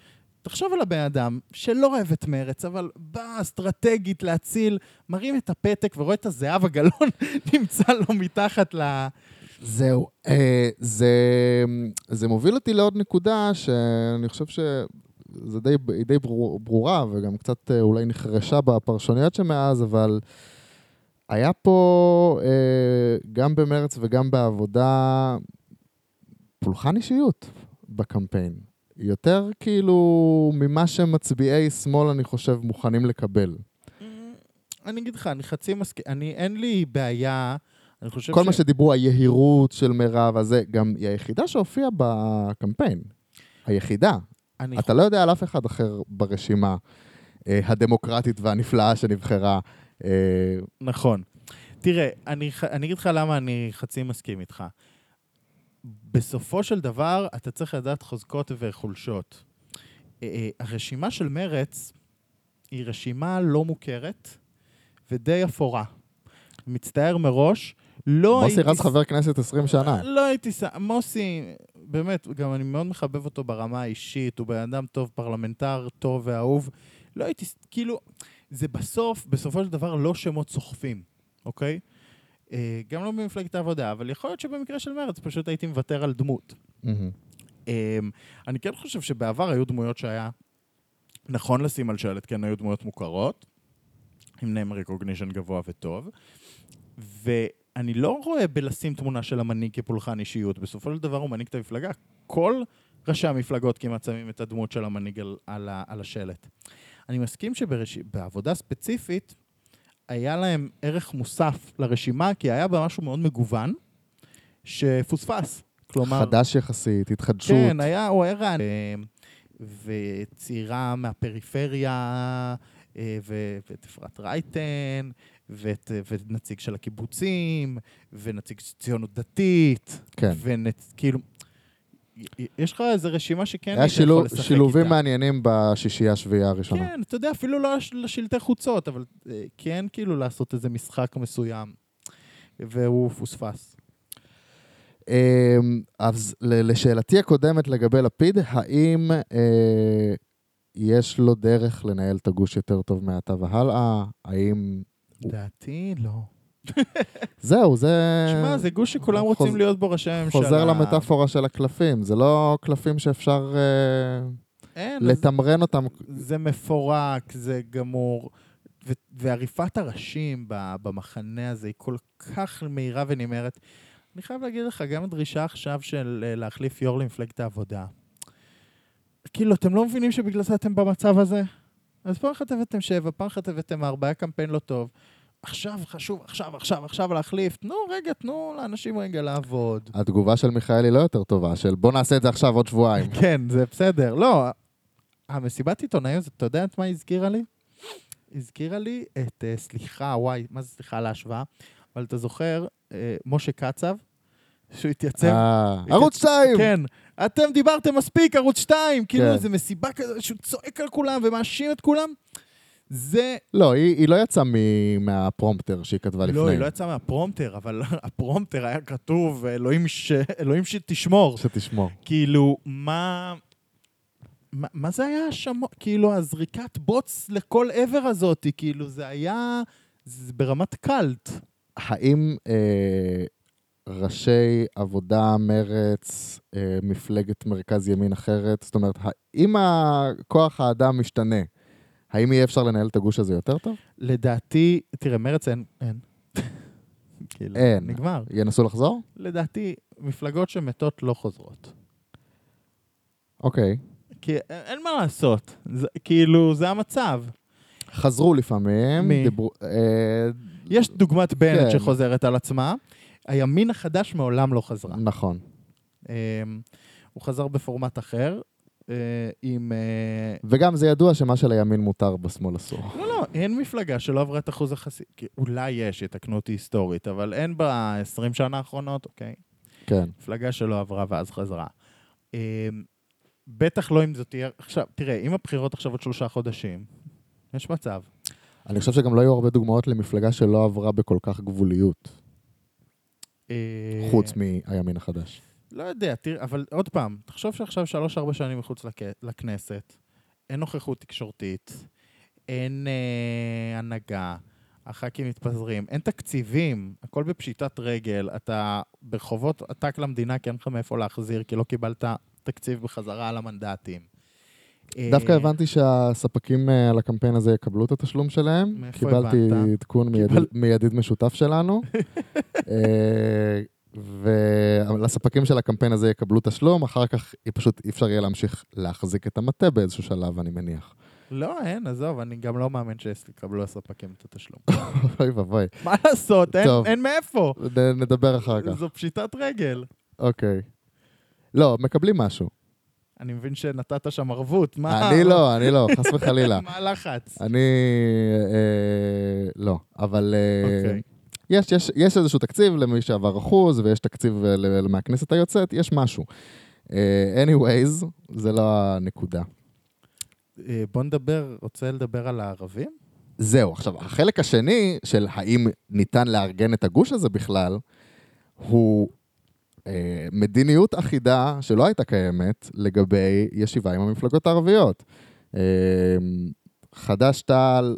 תחשוב על הבן אדם שלא אוהב את מרץ, אבל בא אסטרטגית להציל, מרים את הפתק ורואה את הזהב הגלון, נמצא לו מתחת ל... זהו. אה, זה, זה מוביל אותי לעוד נקודה שאני חושב שזה די, די ברור, ברורה, וגם קצת אולי נחרשה בפרשנויות שמאז, אבל היה פה אה, גם במרץ וגם בעבודה פולחן אישיות בקמפיין. יותר כאילו ממה שמצביעי שמאל, אני חושב, מוכנים לקבל. אני אגיד לך, אני חצי מסכים, אני, אין לי בעיה, אני חושב כל ש... מה שדיברו, היהירות של מירב הזה, גם היא היחידה שהופיעה בקמפיין. היחידה. אני אתה לא יודע על אף אחד אחר ברשימה אה, הדמוקרטית והנפלאה שנבחרה. אה... נכון. תראה, אני, אני אגיד לך למה אני חצי מסכים איתך. בסופו של דבר, אתה צריך לדעת חוזקות וחולשות. הרשימה של מרץ היא רשימה לא מוכרת ודדי אפורה. מצטער מראש, לא מוסי הייתי... רז חבר כנסת עשרים שנה. לא הייתי... מוסי, באמת, גם אני מאוד מחבב אותו ברמה האישית, הוא בן אדם טוב, פרלמנטר טוב ואהוב. לא הייתי... כאילו, זה בסוף, בסופו של דבר לא שמות סוחפים, אוקיי? גם לא במפלגת העבודה, אבל יכול להיות שבמקרה של מרץ פשוט הייתי מוותר על דמות. אני כן חושב שבעבר היו דמויות שהיה נכון לשים על שלט, כן היו דמויות מוכרות, עם name recognition גבוה וטוב, ואני לא רואה בלשים תמונה של המנהיג כפולחן אישיות, בסופו של דבר הוא מנהיג את המפלגה, כל ראשי המפלגות כמעט שמים את הדמות של המנהיג על, על, על השלט. אני מסכים שבעבודה ספציפית, היה להם ערך מוסף לרשימה, כי היה בה משהו מאוד מגוון, שפוספס. כלומר... חדש יחסית, התחדשות. כן, היה, הוא היה רען. וצעירה מהפריפריה, ואת אפרת רייטן, ואת, ונציג של הקיבוצים, ונציג ציונות דתית. כן. וכאילו... יש לך איזו רשימה שכן היה שילוב, שילובים מעניינים בשישייה השביעייה הראשונה. כן, אתה יודע, אפילו לא לשלטי חוצות, אבל כן כאילו לעשות איזה משחק מסוים, והוא פוספס. אז לשאלתי הקודמת לגבי לפיד, האם אה, יש לו דרך לנהל את הגוש יותר טוב מעתה והלאה? האם... דעתי לא. זהו, זה... שמע, זה גוש שכולם חוז... רוצים להיות בו ראשי הממשלה. חוזר למטאפורה של הקלפים, זה לא קלפים שאפשר אה, אין, לתמרן זה, אותם. זה מפורק, זה גמור, ו- ועריפת הראשים במחנה הזה היא כל כך מהירה ונמהרת. אני חייב להגיד לך, גם הדרישה עכשיו של להחליף יו"ר למפלגת העבודה. כאילו, אתם לא מבינים שבגלל זה אתם במצב הזה? אז פעם אחת הבאתם שבע, פעם אחת הבאתם ארבע, היה קמפיין לא טוב. עכשיו חשוב, עכשיו, עכשיו, עכשיו להחליף. תנו רגע, תנו לאנשים רגע לעבוד. התגובה של מיכאלי לא יותר טובה, של בוא נעשה את זה עכשיו עוד שבועיים. כן, זה בסדר. לא, המסיבת עיתונאים, אתה יודע את מה היא הזכירה לי? הזכירה לי את, סליחה, וואי, מה זה סליחה להשוואה? אבל אתה זוכר, משה קצב, שהוא התייצב... ערוץ שתיים! כן, אתם דיברתם מספיק, ערוץ שתיים, כאילו איזו מסיבה כזאת, שהוא צועק על כולם ומאשים את כולם. זה... לא, היא, היא לא יצאה מהפרומפטר שהיא כתבה לפני. לא, היא לא יצאה מהפרומפטר, אבל הפרומפטר היה כתוב, אלוהים, ש... אלוהים שתשמור. שתשמור. כאילו, מה... מה, מה זה היה שם? כאילו, הזריקת בוץ לכל עבר הזאת, כאילו, זה היה... זה ברמת קלט. האם אה, ראשי עבודה, מרץ, אה, מפלגת מרכז ימין אחרת, זאת אומרת, האם הכוח האדם משתנה, האם יהיה אפשר לנהל את הגוש הזה יותר טוב? לדעתי, תראה, מרץ אין. אין. כאילו, אין. נגמר. ינסו לחזור? לדעתי, מפלגות שמתות לא חוזרות. אוקיי. כי אין מה לעשות. זה, כאילו, זה המצב. חזרו לפעמים. מי? דיברו, אה, יש דוגמת בנט כן. שחוזרת על עצמה. הימין החדש מעולם לא חזרה. נכון. אה, הוא חזר בפורמט אחר. עם... וגם זה ידוע שמה של הימין מותר בשמאל אסור. לא, לא, אין מפלגה שלא עברה את אחוז החסימה. אולי יש, יתקנו אותי היסטורית, אבל אין בה עשרים שנה האחרונות, אוקיי? כן. מפלגה שלא עברה ואז חזרה. בטח לא אם זאת תהיה... עכשיו, תראה, אם הבחירות עכשיו עוד שלושה חודשים, יש מצב. אני חושב שגם לא היו הרבה דוגמאות למפלגה שלא עברה בכל כך גבוליות. חוץ מהימין החדש. לא יודע, תראה, אבל עוד פעם, תחשוב שעכשיו שלוש ארבע שנים מחוץ לכ... לכנסת, אין נוכחות תקשורתית, אין אה, הנהגה, הח"כים מתפזרים, אין תקציבים, הכל בפשיטת רגל, אתה ברחובות עתק למדינה, כי אין לך מאיפה להחזיר, כי לא קיבלת תקציב בחזרה על המנדטים. דווקא הבנתי שהספקים על הקמפיין הזה יקבלו את התשלום שלהם. מאיפה הבנת? קיבלתי עדכון מידיד משותף שלנו. ולספקים של הקמפיין הזה יקבלו תשלום, אחר כך פשוט אי אפשר יהיה להמשיך להחזיק את המטה באיזשהו שלב, אני מניח. לא, אין, עזוב, אני גם לא מאמין שיקבלו הספקים את התשלום. אוי ובוי. מה לעשות? אין מאיפה. נדבר אחר כך. זו פשיטת רגל. אוקיי. לא, מקבלים משהו. אני מבין שנתת שם ערבות. אני לא, אני לא, חס וחלילה. מה הלחץ? אני, לא, אבל יש, יש, יש איזשהו תקציב למי שעבר אחוז, ויש תקציב מהכנסת היוצאת, יש משהו. anyways, זה לא הנקודה. בוא נדבר, רוצה לדבר על הערבים? זהו, עכשיו, החלק השני של האם ניתן לארגן את הגוש הזה בכלל, הוא אה, מדיניות אחידה שלא הייתה קיימת לגבי ישיבה עם המפלגות הערביות. אה, חד"ש תע"ל,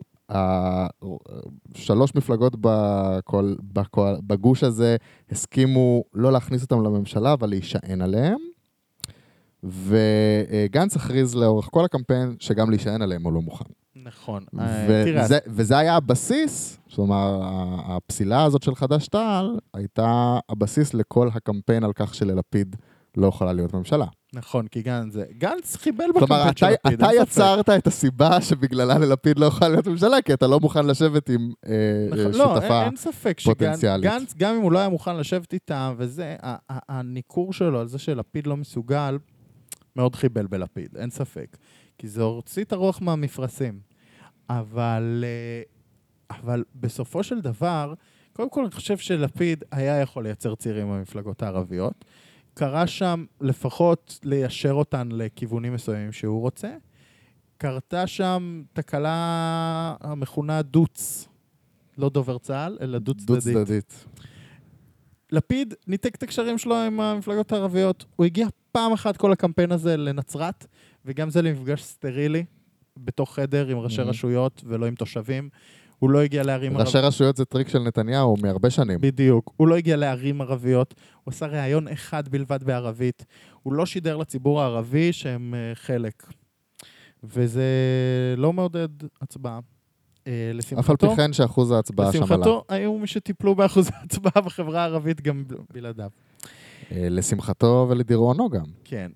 שלוש מפלגות בכל, בכל, בגוש הזה הסכימו לא להכניס אותם לממשלה, אבל להישען עליהם. וגנץ הכריז לאורך כל הקמפיין שגם להישען עליהם הוא לא מוכן. נכון. וזה, וזה היה הבסיס, זאת אומרת, הפסילה הזאת של חד"ש תע"ל הייתה הבסיס לכל הקמפיין על כך שללפיד לא יכולה להיות ממשלה. נכון, כי גנץ, גנץ חיבל בקמפיין של לפיד. אתה יצרת את הסיבה שבגללה ללפיד לא יכולה להיות ממשלה, כי אתה לא מוכן לשבת עם שותפה פוטנציאלית. גנץ, גם אם הוא לא היה מוכן לשבת איתם, וזה, הניכור שלו על זה שלפיד לא מסוגל, מאוד חיבל בלפיד, אין ספק. כי זה הוציא את הרוח מהמפרסים. אבל, אבל בסופו של דבר, קודם כל אני חושב שלפיד היה יכול לייצר צעירים במפלגות הערביות. קרה שם לפחות ליישר אותן לכיוונים מסוימים שהוא רוצה. קרתה שם תקלה המכונה דוץ. לא דובר צה"ל, אלא דוץ דדית. דוץ דדית. לפיד ניתק את הקשרים שלו עם המפלגות הערביות. הוא הגיע פעם אחת כל הקמפיין הזה לנצרת, וגם זה למפגש סטרילי, בתוך חדר עם ראשי רשויות ולא עם תושבים. הוא לא הגיע לערים ערביות. ראשי רשויות זה טריק של נתניהו מהרבה שנים. בדיוק. הוא לא הגיע לערים ערביות. הוא עשה ראיון אחד בלבד בערבית. הוא לא שידר לציבור הערבי שהם חלק. וזה לא מעודד הצבעה. לשמחתו... אף על פי כן שאחוז ההצבעה שם עלה. לשמחתו היו מי שטיפלו באחוז ההצבעה בחברה הערבית גם בלעדיו. לשמחתו ולדיראונו גם. כן.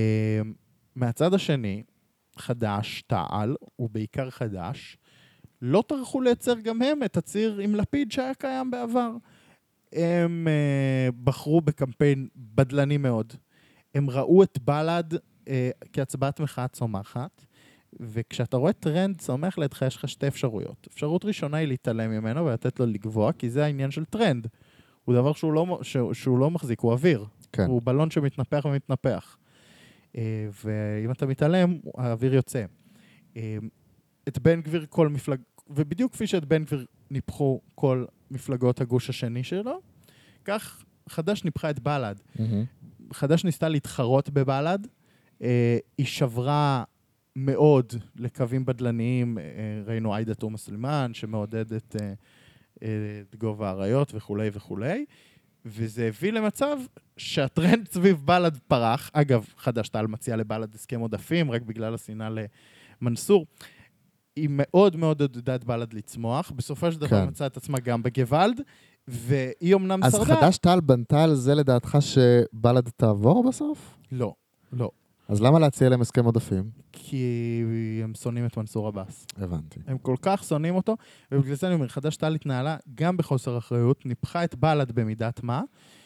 מהצד השני, חד"ש, תע"ל, ובעיקר חד"ש, לא טרחו לייצר גם הם את הציר עם לפיד שהיה קיים בעבר. הם uh, בחרו בקמפיין בדלני מאוד. הם ראו את בל"ד uh, כהצבעת מחאה צומחת, וכשאתה רואה טרנד צומח לידך, יש לך שתי אפשרויות. אפשרות ראשונה היא להתעלם ממנו ולתת לו לגבוה, כי זה העניין של טרנד. הוא דבר שהוא לא, שהוא, שהוא לא מחזיק, הוא אוויר. כן. הוא בלון שמתנפח ומתנפח. Uh, ואם אתה מתעלם, האוויר יוצא. Uh, את בן גביר כל מפלג... ובדיוק כפי שאת בן גביר ניפחו כל מפלגות הגוש השני שלו, כך חד"ש ניפחה את בל"ד. Mm-hmm. חד"ש ניסתה להתחרות בבל"ד, אה, היא שברה מאוד לקווים בדלניים, אה, ראינו עאידה תומא סלימאן, שמעודדת אה, אה, את גובה האריות וכו' וכו', וזה הביא למצב שהטרנד סביב בל"ד פרח. אגב, חד"ש תע"ל מציעה לבל"ד הסכם עודפים, רק בגלל השנאה למנסור. היא מאוד מאוד עודדה את בל"ד לצמוח, בסופו של דבר מצאה את עצמה גם בגוואלד, והיא אמנם אז שרדה. אז חד"ש תע"ל בנתה על זה לדעתך שבל"ד תעבור בסוף? לא, לא. אז למה להציע להם הסכם עודפים? כי הם שונאים את מנסור עבאס. הבנתי. הם כל כך שונאים אותו, ובגלל זה אני אומר, חד"ש תע"ל התנהלה גם בחוסר אחריות, ניפחה את בל"ד במידת מה,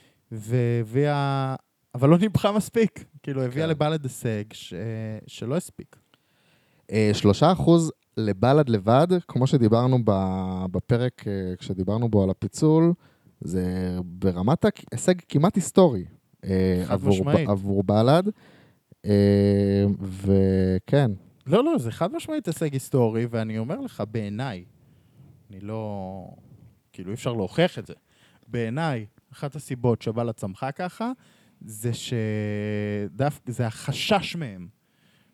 והביאה, אבל לא ניפחה מספיק, כאילו הביאה לבל"ד הישג ש... שלא הספיק. שלושה אחוז לבל"ד לבד, כמו שדיברנו בפרק, כשדיברנו בו על הפיצול, זה ברמת הישג כמעט היסטורי. חד משמעית. עבור בל"ד, וכן. לא, לא, זה חד משמעית הישג היסטורי, ואני אומר לך, בעיניי, אני לא, כאילו אי אפשר להוכיח את זה, בעיניי, אחת הסיבות שבל"ד צמחה ככה, זה שדווקא, זה החשש מהם.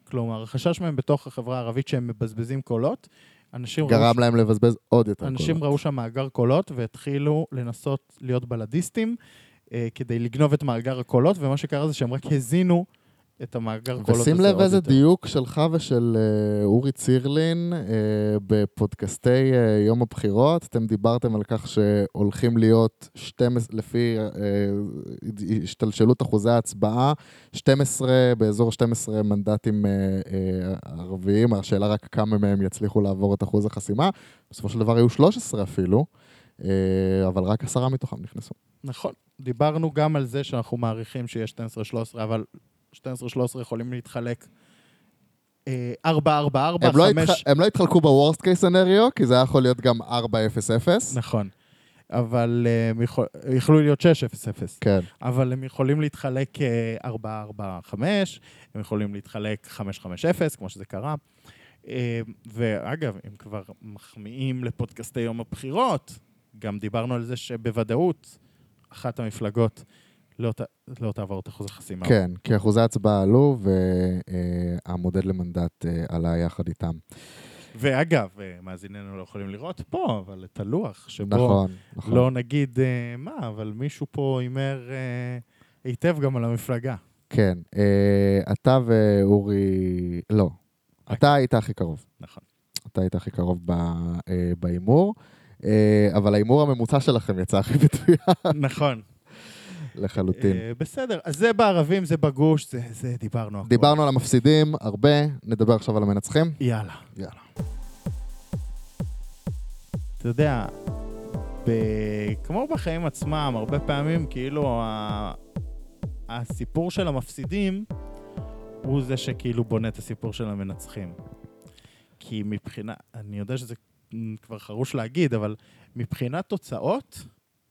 כלומר, החשש מהם בתוך החברה הערבית שהם מבזבזים קולות, אנשים גרם ראו, להם לבזבז עוד יותר אנשים קולות. ראו שם מאגר קולות והתחילו לנסות להיות בלדיסטים, אה, כדי לגנוב את מאגר הקולות, ומה שקרה זה שהם רק הזינו את המאגר קולות הזה עוד יותר. ושים לב איזה דיוק שלך ושל uh, אורי צירלין uh, בפודקאסטי uh, יום הבחירות. אתם דיברתם על כך שהולכים להיות שתים עשרה, לפי uh, השתלשלות אחוזי ההצבעה, שתים עשרה, באזור שתים עשרה מנדטים uh, uh, ערביים. השאלה רק כמה מהם יצליחו לעבור את אחוז החסימה. בסופו של דבר היו שלוש עשרה אפילו, uh, אבל רק עשרה מתוכם נכנסו. נכון. דיברנו גם על זה שאנחנו מעריכים שיש שתים עשרה שלוש עשרה, אבל שתים עשרה שלוש עשרה יכולים להתחלק ארבע ארבע ארבע, חמש... הם לא התחלקו ב-Worst case scenario, כי זה יכול להיות גם ארבע אפס אפס. נכון. אבל הם יכולו להיות שש אפס אפס. כן. אבל הם יכולים להתחלק ארבע ארבע חמש, הם יכולים להתחלק חמש חמש אפס, כמו שזה קרה. ואגב, אם כבר מחמיאים לפודקאסטי יום הבחירות, גם דיברנו על זה שבוודאות אחת המפלגות לא, לא תעבור את אחוז החסימה. כן, כי אחוזי ההצבעה עלו, והמודד למנדט עלה יחד איתם. ואגב, מאזיננו לא יכולים לראות פה, אבל את הלוח, שבו נכון, נכון. לא נגיד מה, אבל מישהו פה יימר היטב גם על המפלגה. כן, אתה ואורי, לא, אתה היית הכי קרוב. נכון. אתה היית הכי קרוב באימור, אבל האימור הממוצע שלכם יצא הכי בתביעה. נכון. לחלוטין. בסדר, אז זה בערבים, זה בגוש, זה, זה דיברנו. דיברנו על המפסידים הרבה, נדבר עכשיו על המנצחים. יאללה. יאללה. אתה יודע, כמו בחיים עצמם, הרבה פעמים כאילו הסיפור של המפסידים הוא זה שכאילו בונה את הסיפור של המנצחים. כי מבחינה, אני יודע שזה כבר חרוש להגיד, אבל מבחינת תוצאות,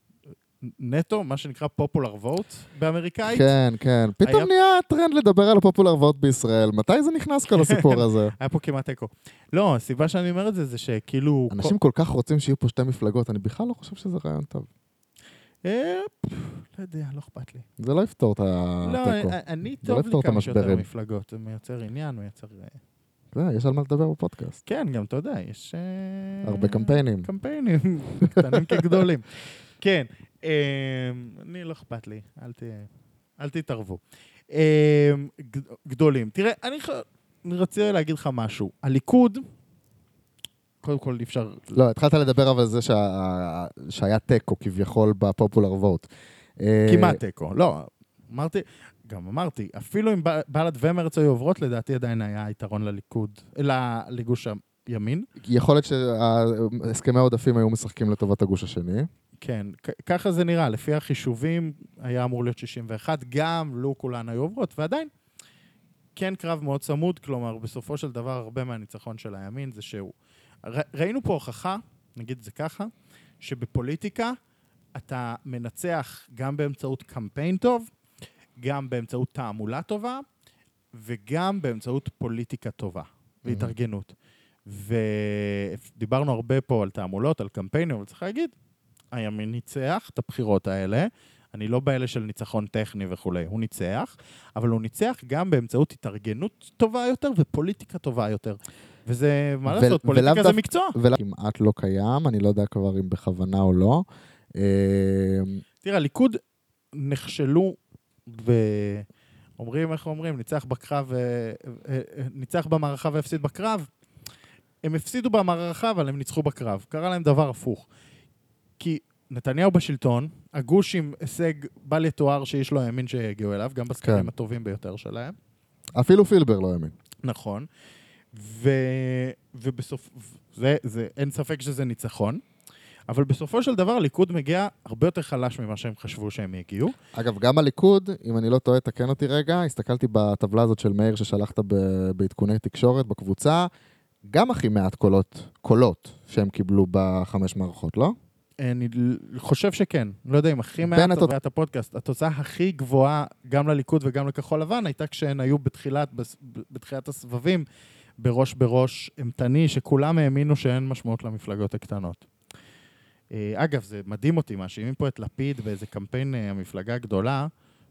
נטו, מה שנקרא פופולר ווט באמריקאית. כן, כן. פתאום נהיה טרנד לדבר על הפופולר ווט בישראל. מתי זה נכנס כל הסיפור הזה? היה פה כמעט אקו. לא, הסיבה שאני אומר את זה, זה שכאילו... אנשים כל כך רוצים שיהיו פה שתי מפלגות, אני בכלל לא חושב שזה רעיון טוב. לא יודע, לא אכפת לי. זה לא יפתור את התיקו. לא, אני טוב לי כמה שיותר מפלגות. זה מייצר עניין, מייצר... יש על מה לדבר בפודקאסט. כן, גם אתה יודע, יש... הרבה קמפיינים. קמפיינים, קטנים כגדולים. כן. אני לא אכפת לי, אל תתערבו. גדולים. תראה, אני רציתי להגיד לך משהו. הליכוד, קודם כל אפשר... לא, התחלת לדבר אבל זה שהיה טקו כביכול בפופולר ווט. כמעט טקו, לא. אמרתי, גם אמרתי, אפילו אם בל"ד ומרצ היו עוברות, לדעתי עדיין היה יתרון לליכוד, לגוש הימין. יכול להיות שהסכמי העודפים היו משחקים לטובת הגוש השני. כן, ככה זה נראה. לפי החישובים היה אמור להיות שישים ואחת, גם לא כולן היו עוברות, ועדיין כן קרב מאוד צמוד, כלומר, בסופו של דבר, הרבה מהניצחון של הימין זה שהוא... ראינו פה הוכחה, נגיד זה ככה, שבפוליטיקה אתה מנצח גם באמצעות קמפיין טוב, גם באמצעות תעמולה טובה, וגם באמצעות פוליטיקה טובה, והתארגנות. ודיברנו הרבה פה על תעמולות, על קמפיינים, אבל צריך להגיד, הימין ניצח את הבחירות האלה, אני לא באלה של ניצחון טכני וכו', הוא ניצח, אבל הוא ניצח גם באמצעות התארגנות טובה יותר ופוליטיקה טובה יותר. וזה, מה לעשות, פוליטיקה זה מקצוע. כמעט לא קיים, אני לא יודע כבר אם בכוונה או לא. תראה, הליכוד נכשלו, ואומרים, איך אומרים, ניצח בקרב, ניצח במערכה והפסיד בקרב. הם הפסידו במערכה, אבל הם ניצחו בקרב. קרה להם דבר הפוך. כי נתניהו בשלטון, הגוש עם הישג בל יתואר שיש לו הימין שהגיעו אליו, גם בסקרים כן. הטובים ביותר שלהם. אפילו פילבר לא האמין. נכון. ו... ובסוף... זה, זה... אין ספק שזה ניצחון. אבל בסופו של דבר, הליכוד מגיע הרבה יותר חלש ממה שהם חשבו שהם יגיעו. אגב, גם הליכוד, אם אני לא טועה, תקן אותי רגע, הסתכלתי בטבלה הזאת של מאיר ששלחת ב... בעדכוני תקשורת בקבוצה, גם הכי מעט קולות, קולות שהם קיבלו בחמש מערכות, לא? אני חושב שכן. לא יודע אם הכי מעט תובעת הפודקאסט. התוצאה הכי גבוהה גם לליכוד וגם לכחול לבן הייתה כשהן היו בתחילת, בתחילת הסבבים בראש בראש אמתני, שכולם האמינו שאין משמעות למפלגות הקטנות. אגב, זה מדהים אותי, מאשימים פה את לפיד באיזה קמפיין המפלגה הגדולה,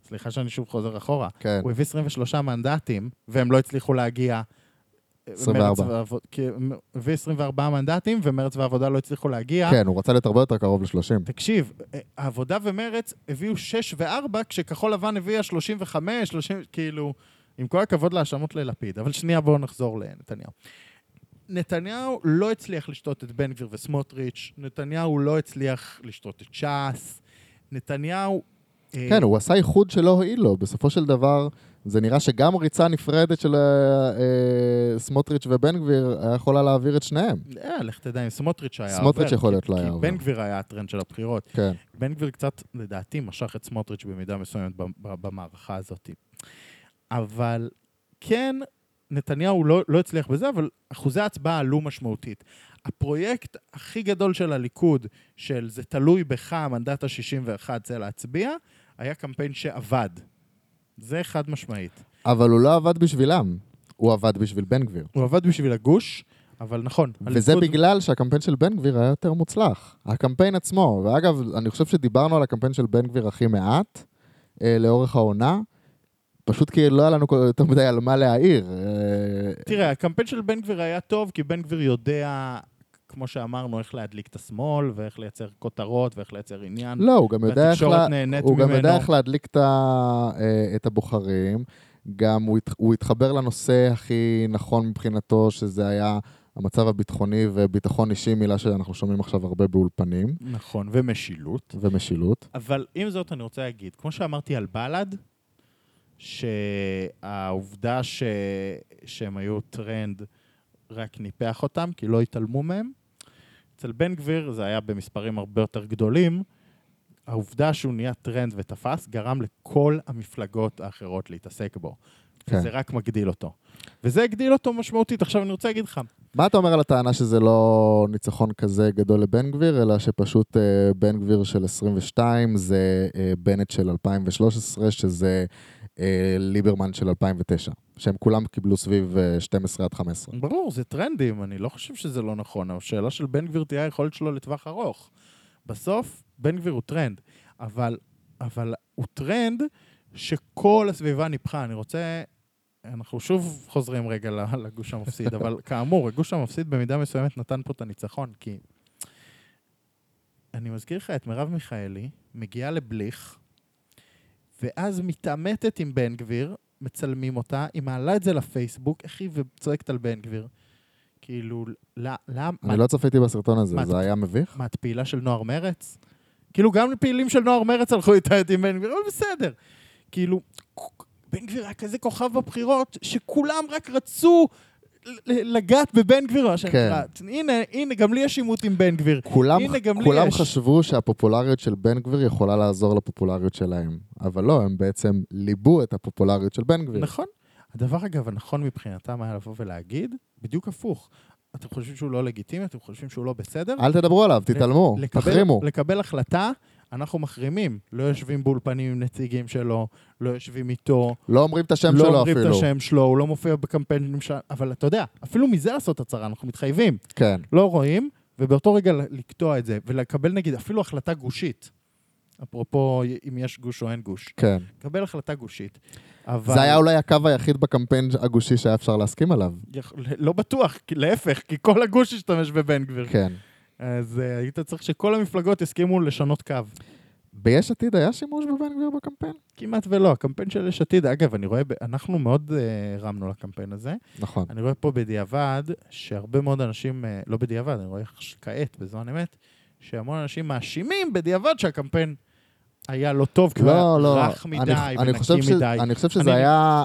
סליחה שאני שוב חוזר אחורה, כן. הוא הביא עשרים ושלושה מנדטים, והם לא הצליחו להגיע... עשרים וארבע. הביא עשרים וארבעה מנדטים, ומרץ והעבודה לא הצליחו להגיע. כן, הוא רצה להיות הרבה יותר קרוב ל-שלושים. תקשיב, העבודה ומרץ הביאו שש וארבע, כשכחול לבן הביאה שלושים וחמש, שלושים, כאילו, עם כל הכבוד להאשמות ללפיד. אבל שנייה, בואו נחזור לנתניהו. נתניהו לא הצליח לשתות את בן גביר וסמוטריץ', נתניהו לא הצליח לשתות את ש"ס, נתניהו... כן, הוא עשה איחוד שלא הועיל לו. בסופו של דבר, זה נראה שגם ריצה נפרדת של סמוטריץ' ובן גביר היה יכולה להעביר את שניהם. אה, לך תדע, אם סמוטריץ' היה עובר. סמוטריץ' יכול להיות לא היה עובר. כי בן גביר היה הטרנד של הבחירות. כן. בן גביר קצת, לדעתי, משך את סמוטריץ' במידה מסוימת במערכה הזאת. אבל כן, נתניהו לא, לא הצליח בזה, אבל אחוזי ההצבעה עלו משמעותית. הפרויקט הכי גדול של הליכוד, של זה תלוי בך, המנדט ה-שישים ואחת, זה להצביע, היה קמפיין שעבד. זה חד משמעית. אבל הוא לא עבד בשבילם, הוא עבד בשביל בן גביר. הוא עבד בשביל הגוש, אבל נכון. וזה הליכוד... בגלל שהקמפיין של בן גביר היה יותר מוצלח. הקמפיין עצמו, ואגב, אני חושב שדיברנו על הקמפיין של בן גביר הכי מעט, אה, לאורך העונה, פשוט כי לא היה לנו יותר מדי על מה להעיר. תראה, הקמפיין של בן גביר היה טוב, כי בן גביר יודע, כמו שאמרנו, איך להדליק את השמאל, ואיך לייצר כותרות, ואיך לייצר עניין. לא, הוא גם יודע איך, לה... הוא גם יודע איך להדליק את, ה... את הבוחרים. גם הוא, הת... הוא התחבר לנושא הכי נכון מבחינתו, שזה היה המצב הביטחוני וביטחון אישי, מילה שאנחנו שומעים עכשיו הרבה באולפנים. נכון, ומשילות. ומשילות. אבל עם זאת אני רוצה להגיד, כמו שאמרתי על בל"ד, שהעובדה ש... שהם היו טרנד רק ניפח אותם, כי לא התעלמו מהם. אצל בן גביר זה היה במספרים הרבה יותר גדולים, העובדה שהוא נהיה טרנד ותפס, גרם לכל המפלגות האחרות להתעסק בו. כן. וזה רק מגדיל אותו. וזה הגדיל אותו משמעותית. עכשיו אני רוצה להגיד לך. מה אתה אומר על הטענה שזה לא ניצחון כזה גדול לבן גביר, אלא שפשוט אה, בן גביר של עשרים ושתיים זה אה, בנט של אלפיים ושלוש עשרה, שזה אה, ליברמן של אלפיים ותשע, שהם כולם קיבלו סביב אה, שתים עשרה עד חמש עשרה. ברור, זה טרנדים, אני לא חושב שזה לא נכון. השאלה של בן גביר תהיה היכולת שלו לטווח ארוך. בסוף, בן גביר הוא טרנד, אבל, אבל הוא טרנד שכל הסביבה ניפחה. אני רוצה... אנחנו שוב חוזרים רגע לגוש המפסיד, אבל כאמור, הגוש המפסיד במידה מסוימת נתן פה את הניצחון, כי אני מזכיר לך את מרב מיכאלי, מגיעה לבליך, ואז מתעמתת עם בן גביר, מצלמים אותה, היא מעלה את זה לפייסבוק, איך היא וצועקת על בן גביר. כאילו, למה... אני לא צפיתי בסרטון הזה, זה היה מביך? מה, את פעילה של נוער מרץ? כאילו, גם לפעילים של נוער מרץ הלכו איתה עם בן גביר, אבל בסדר. כאילו... בן גביר היה כזה כוכב בבחירות, שכולם רק רצו לגעת בבן גביר, מה שנקרא. הנה, הנה, גם לי יש עימות עם בן גביר. כולם, כולם חשבו שהפופולריות של בן גביר יכולה לעזור לפופולריות שלהם. אבל לא, הם בעצם ליבו את הפופולריות של בן גביר. נכון. הדבר אגב, הנכון מבחינתם היה לבוא ולהגיד, בדיוק הפוך. אתם חושבים שהוא לא לגיטימי, אתם חושבים שהוא לא בסדר? אל תדברו עליו, תתעלמו, תחרימו. לקבל החלטה, אנחנו מחרימים, לא יושבים באולפנים עם נציגים שלו, לא יושבים איתו. לא אומרים את השם שלו אפילו. לא אומרים את השם שלו, הוא לא מופיע בקמפיינים שלו, אבל אתה יודע, אפילו מזה לעשות הצהרה, אנחנו מתחייבים. כן. לא רואים, ובאותו רגע לקטוע את זה, ולקבל נגיד אפילו החלטה גושית. אפרופו אם יש גוש או אין גוש. כן. קבל החלטה גושית. אבל... זה היה אולי הקו היחיד בקמפיין הגושי שהיה אפשר להסכים עליו. לא בטוח, להפך, כי כל הגוש השתמש בבן גביר. כן. אז uh, היית צריך שכל המפלגות יסכימו לשנות קו. ביש עתיד היה שימוש בבן גביר בקמפיין? כמעט ולא. הקמפיין של יש עתיד, אגב, אני רואה, אנחנו מאוד uh, רמנו לקמפיין הזה. נכון. אני רואה פה בדיעבד, שהרבה מאוד אנשים, uh, לא בדיעבד, אני רואה כעת, בזמן אמת, שהמון אנשים מאשימים בדיעבד שהקמפיין היה לא טוב, כי הוא היה רך מדי ונקי מדי. אני חושב שזה היה...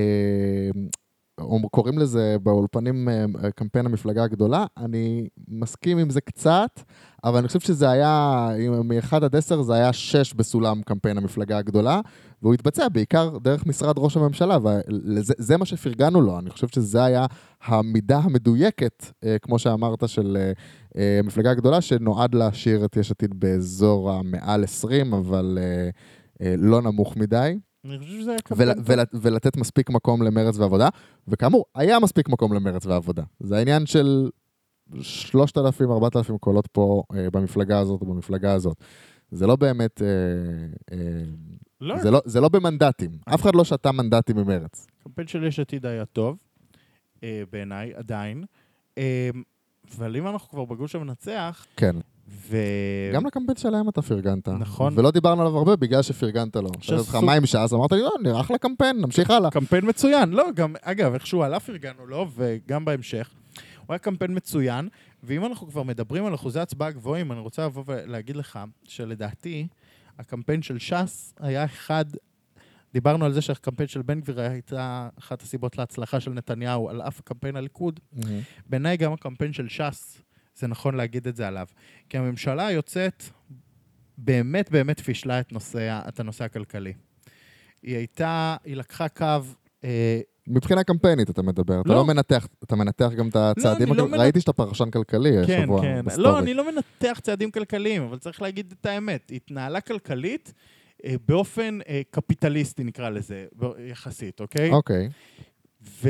קוראים לזה באולפנים קמפיין המפלגה הגדולה, אני מסכים עם זה קצת, אבל אני חושב שזה היה, מ-אחד עד עשר זה היה שש בסולם קמפיין המפלגה הגדולה, והוא התבצע בעיקר דרך משרד ראש הממשלה, וזה מה שפרגנו לו, אני חושב שזה היה המידה המדויקת, כמו שאמרת, של מפלגה הגדולה, שנועד להשאיר את יש עתיד באזור המעל עשרים, אבל לא נמוך מדי. אני חושב שזה היה קמפיין ול, ול, ולתת מספיק מקום למרץ ועבודה, וכאמור, היה מספיק מקום למרץ ועבודה. זה העניין של שלושת אלפים, ארבעת אלפים קולות פה אה, במפלגה הזאת או במפלגה הזאת. זה לא באמת... אה, אה, לא. זה לא, זה לא במנדטים. אף אחד לא שתה מנדטים ממרץ. הקמפיין של יש עתיד היה טוב, אה, בעיניי, עדיין. אה, אבל אם אנחנו כבר בגוש המנצח... כן. ו... גם לקמפיין שלהם אתה פרגנת. נכון. ולא דיברנו עליו הרבה בגלל שפרגנת לו. שאלתי אותך מה עם ש"ס, אמרת לי, לא, נראה אחלה קמפיין, נמשיך הלאה. קמפיין מצוין. לא, גם, אגב, איכשהו עלה פרגנו לו, וגם בהמשך. הוא היה קמפיין מצוין, ואם אנחנו כבר מדברים על אחוזי הצבעה גבוהים, אני רוצה לבוא ולהגיד לך שלדעתי, הקמפיין של ש"ס היה אחד, דיברנו על זה שהקמפיין של בן גביר הייתה אחת הסיבות להצלחה של נתניהו, על אף הקמפיין הליכוד. Mm-hmm. בעיניי גם הקמפיין של ש"ס, זה נכון להגיד את זה עליו. כי הממשלה יוצאת, באמת באמת פישלה את, נושא, את הנושא הכלכלי. היא הייתה, היא לקחה קו... אה, מבחינה קמפיינית אתה מדבר, אתה לא מנתח, אתה מנתח גם את הצעדים, ראיתי שאתה פרשן כלכלי שבוע בסטורי. לא, אני לא מנתח צעדים כלכליים, אבל צריך להגיד את האמת, היא התנהלה כלכלית באופן קפיטליסטי נקרא לזה, יחסית, אוקיי? אוקיי. ו...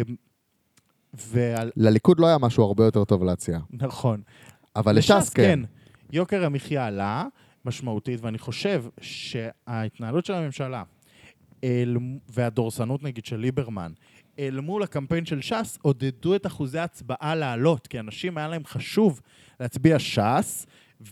לליכוד לא היה משהו הרבה יותר טוב להציע. נכון. אבל לש"ס כן. יוקר המחיה עלה משמעותית, ואני חושב שההתנהלות של הממשלה אל, והדורסנות נגיד של ליברמן, אל מול הקמפיין של ש"ס, עודדו את אחוזי ההצבעה לעלות, כי אנשים היה להם חשוב להצביע ש"ס,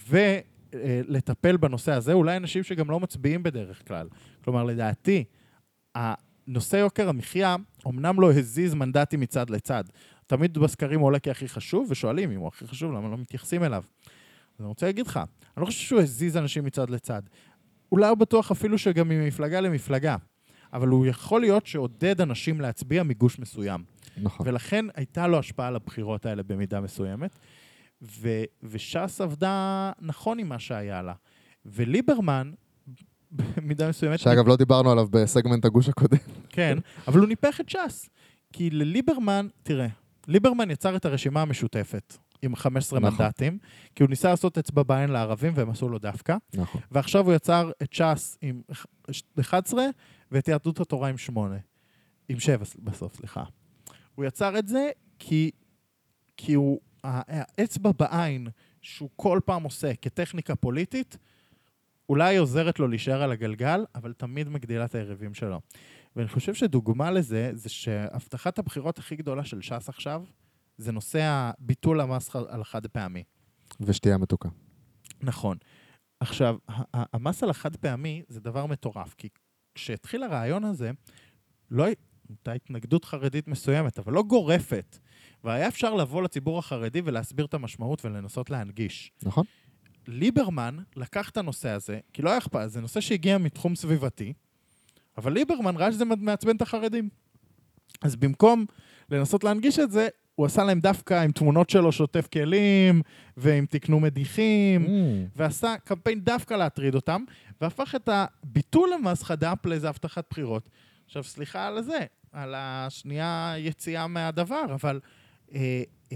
ולטפל בנושא הזה, אולי אנשים שגם לא מצביעים בדרך כלל. כלומר, לדעתי, הנושא יוקר המחיה, אמנם לא הזיז מנדטים מצד לצד. תמיד בסקרים עולה כהכי חשוב, ושואלים אם הוא הכי חשוב, למה לא מתייחסים אליו. אז אני רוצה להגיד לך, אני לא חושב שהוא הזיז אנשים מצד לצד. אולי הוא בטוח אפילו שגם ממפלגה למפלגה. אבל הוא יכול להיות שעודד אנשים להצביע מגוש מסוים. נכון. ולכן הייתה לו השפעה על הבחירות האלה במידה מסוימת, ו- וש"ס עבדה נכון עם מה שהיה לה. וליברמן, במידה מסוימת... שאגב, לא דיברנו עליו בסגמנט הגוש הקודם. כן, אבל הוא ניפח את ש"ס. כי לליברמן, תראה, ליברמן יצר את הרשימה המשותפת. עם חמישה עשר נכון. מנדטים, כי הוא ניסה לעשות אצבע בעין לערבים, והם עשו לו דווקא. נכון. ועכשיו הוא יצר את ש"ס עם אחת עשרה, ואת יהדות התורה עם שמונה. עם שבע בסוף, סליחה. הוא יצר את זה כי, כי הוא, האצבע בעין שהוא כל פעם עושה כטכניקה פוליטית, אולי עוזרת לו להישאר על הגלגל, אבל תמיד מגדילה את היריבים שלו. ואני חושב שדוגמה לזה, זה שהבטחת הבחירות הכי גדולה של ש"ס עכשיו, זה נושא הביטול המס על החד פעמי. ושתייה מתוקה. נכון. עכשיו, המס על החד פעמי זה דבר מטורף, כי כשהתחיל הרעיון הזה, לא הייתה התנגדות חרדית מסוימת, אבל לא גורפת. והיה אפשר לבוא לציבור החרדי ולהסביר את המשמעות ולנסות להנגיש. נכון. ליברמן לקח את הנושא הזה, כי לא היה אכפת, זה נושא שהגיע מתחום סביבתי, אבל ליברמן ראה שזה מעצבן את החרדים. אז במקום לנסות להנגיש את זה, הוא עשה להם דווקא עם תמונות שלו שוטף כלים, ועם תקנו מדיחים, mm. ועשה קמפיין דווקא להטריד אותם, והפך את הביטול המס חד"פ לאיזה הבטחת בחירות. עכשיו, סליחה על זה, על השנייה יציאה מהדבר, אבל אה, אה,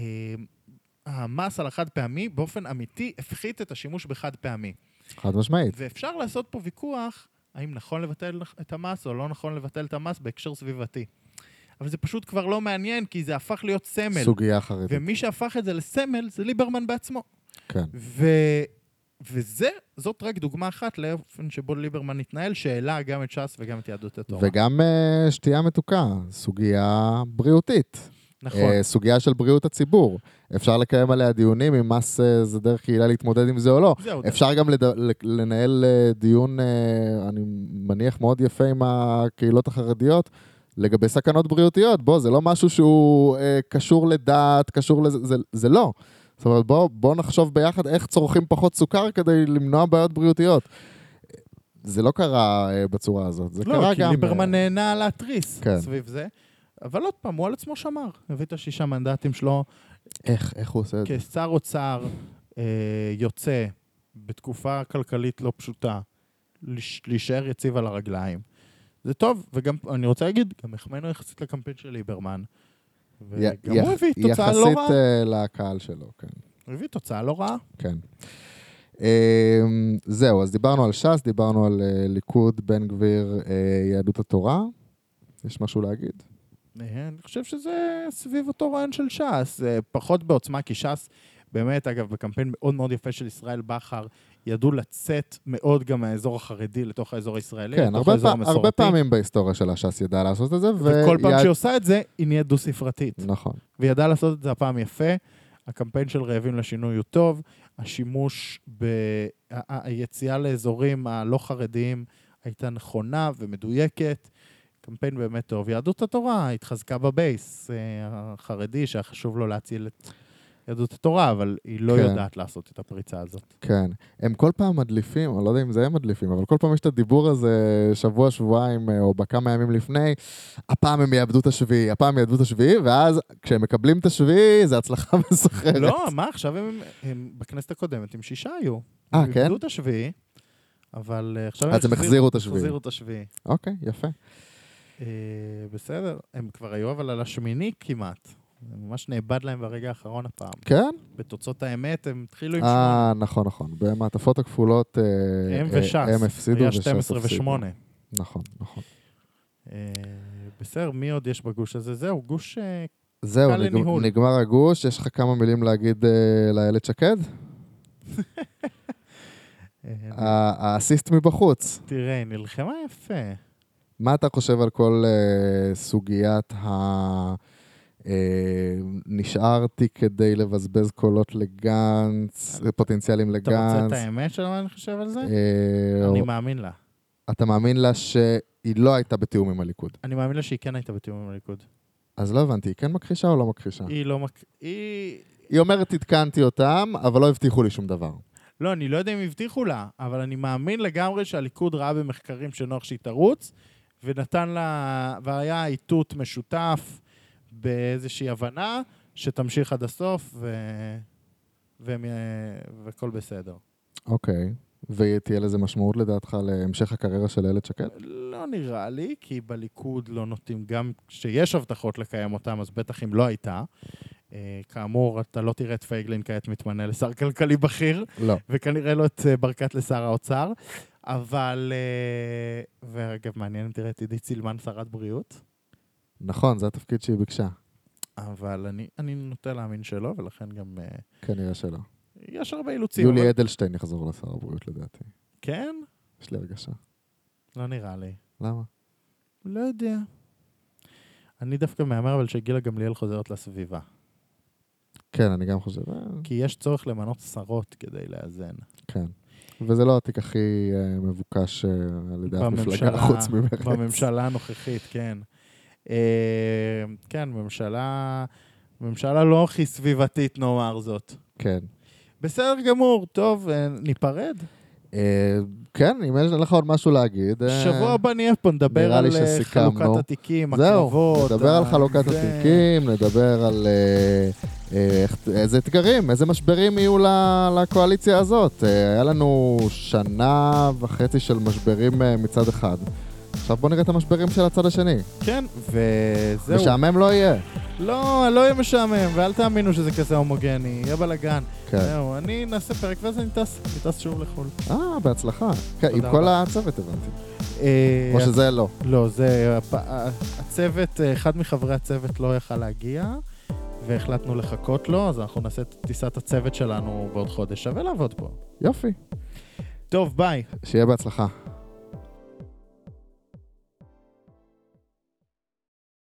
המס על החד פעמי באופן אמיתי הפחית את השימוש בחד פעמי. חד משמעית. ואפשר לעשות פה ויכוח, האם נכון לבטל את המס או לא נכון לבטל את המס בהקשר סביבתי. אבל זה פשוט כבר לא מעניין, כי זה הפך להיות סמל. סוגיה חרדית. ומי שהפך את זה לסמל, זה ליברמן בעצמו. כן. ו... וזה, זאת רק דוגמה אחת לאופן שבו ליברמן התנהל, שהעלה גם את ש"ס וגם את יהדות התורה. וגם uh, שתייה מתוקה, סוגיה בריאותית. נכון. Uh, סוגיה של בריאות הציבור. אפשר לקיים עליה דיונים, אם מס uh, זה דרך קהילה להתמודד עם זה או לא. זה אפשר גם לד... לנהל uh, דיון, uh, אני מניח מאוד יפה עם הקהילות החרדיות, לגבי סכנות בריאותיות. בוא, זה לא משהו שהוא אה, קשור לדת, קשור לזה, זה, זה לא. זאת אומרת, בוא, בוא נחשוב ביחד איך צורכים פחות סוכר כדי למנוע בעיות בריאותיות. זה לא קרה אה, בצורה הזאת. זה לא, קרה כי גם... ליברמן נהנה להתריס כן. סביב זה. אבל עוד פעם, הוא על עצמו שמר. הביא את השישה מנדטים שלו. איך, איך הוא עושה את זה? כשר אוצר אה, יוצא בתקופה כלכלית לא פשוטה, להישאר יציב על הרגליים. זה טוב, וגם, אני רוצה להגיד, גם החמנו יחסית לקמפיין של ליברמן, וגם הוא הביא תוצאה לא רעה. יחסית לקהל שלו, כן. הוא הביא תוצאה לא רעה. כן. זהו, אז דיברנו על ש"ס, דיברנו על ליכוד, בן גביר, יהדות התורה. יש משהו להגיד? אני חושב שזה סביב אותו רעיון של ש"ס, פחות בעוצמה, כי ש"ס באמת, אגב, בקמפיין מאוד מאוד יפה של ישראל בחר, ידעו לצאת מאוד גם מהאזור החרדי לתוך האזור הישראלי, כן, לתוך האזור המסורתי. הרבה פעמים בהיסטוריה של הש"ס ידעה לעשות את זה. וכל פעם שהיא עושה את זה, היא נהיית דו-ספרתית. נכון. וידעה לעשות את זה הפעם יפה. הקמפיין של רעבים לשינוי הוא טוב. השימוש ביציאה לאזורים הלא חרדיים הייתה נכונה ומדויקת. קמפיין באמת טוב. יהדות התורה התחזקה בבייס החרדי, שהיה חשוב לו להציל את יהדות התורה, אבל היא לא כן. יודעת לעשות את הפריצה הזאת. כן. הם כל פעם מדליפים, אני לא יודע אם זה הם מדליפים, אבל כל פעם יש את הדיבור הזה שבוע, שבועיים, או בכמה ימים לפני, הפעם הם יאבדו את השביעי, הפעם יאבדו את השביעי, ואז כשהם מקבלים את השביעי, זה הצלחה מסוחרת. לא, מה, עכשיו הם, הם בכנסת הקודמת, הם שישה היו. אה, הם כן? יאבדו את השביעי, אבל עכשיו אז הם החזירו את השביעי. החזירו את השביעי. אוקיי, יפה. אה, בסדר, הם כבר היו, אבל על השמיני כמעט. זה ממש נאבד להם ברגע האחרון הפעם. כן? בתוצאות האמת הם התחילו עם אה, שמונה. נכון, נכון. במעטפות הכפולות אה, הם אה, וש"ס. הם הפסידו היה וש"ס שתים עשרה הפסידו. ושמונה. נכון, נכון. אה, בסדר, מי עוד יש בגוש הזה? זהו, גוש... אה, זהו, קל נג... לניהול. נגמר הגוש, יש לך כמה מילים להגיד אה, לאיילת שקד? אה, ה- האסיסט מבחוץ. תראה, היא נלחמה יפה. מה אתה חושב על כל אה, סוגיית ה... אה, נשארתי כדי לבזבז קולות לגנץ, פוטנציאלים אתה רוצה לגנץ. את האמת של מה אני חושב על זה? אה, אני מאמין לה. אתה מאמין לה שהיא לא הייתה בתיאום עם הליכוד. אני מאמין לה שהיא כן הייתה בתיאום עם הליכוד. אז לא הבנתי, היא כן מכחישה או לא מכחישה? היא לא... מק- היא... היא אומרת, התקנתי אותם, אבל לא הבטיחו לי שום דבר. לא, אני לא יודע אם הבטיחו לה, אבל אני מאמין לגמרי שהליכוד ראה במחקרים שנוח שהיא תרוץ, ונתן לה... והיה איתות משותף באיזושהי הבנה, שתמשיך עד הסוף, ו... והם... וכל בסדר. אוקיי. ותהיה לזה משמעות לדעתך להמשך הקריירה של איילת שקד? לא נראה לי, כי בליכוד לא נוטים, גם כשיש הבטחות לקיים אותם, אז בטח אם לא הייתה. אה, כאמור, אתה לא תראה את פייגלין כעת מתמנה לשר כלכלי בכיר, לא. וכנראה לא את אה, ברקת לשר האוצר, אבל, אה, ואגב, מעניין אם תראה את עידית סילמן שרת בריאות, נכון, זה התפקיד שהיא ביקשה. אבל אני, אני נוטה להאמין שלא, ולכן גם אה, כנראה שלא. יש הרבה אילוצים. יולי אבל... אדלשטיין יחזור לשר הבריאות לדעתי. כן? יש לי הרגשה. לא נראה לי. למה? לא יודע. אני דווקא מאמר, אבל שגילה גמליאל חוזרת לסביבה. כן, אני גם חושב. כי יש צורך למנות שרות כדי לאזן. כן. וזה לא התיק הכי uh, מבוקש uh, על ידי המפלגה חוץ ממרץ. בממשלה הנוכחית, כן. Uh, כן, ממשלה, ממשלה לא הכי סביבתית, נאמר זאת. כן. בסדר גמור, טוב, ניפרד. Uh, כן, אם יש לך עוד משהו להגיד. שבוע הבא נהיה פה, נדבר על חלוקת התיקים, הקרבות. זהו, נדבר על חלוקת התיקים, נדבר על איזה אתגרים, איזה משברים יהיו לקואליציה הזאת. היה לנו שנה וחצי של משברים מצד אחד. עכשיו בוא נראה את המשברים של הצד השני. כן, וזהו. משעמם לא יהיה. לא, לא יהיה משעמם, ואל תאמינו שזה כזה הומוגני, יהיה בלגן. כן. זהו, אני נעשה פרק ואז אני טס, אני טס שוב לחול. אה, בהצלחה. כן, עם כל הצוות הבנתי. או שזה לא. לא, זה... הצוות, אחד מחברי הצוות לא יכל להגיע, והחלטנו לחכות לו, אז אנחנו נעשה את טיסת הצוות שלנו בעוד חודש. שווה לעבוד פה. יופי. טוב, ביי. שיהיה בהצלחה.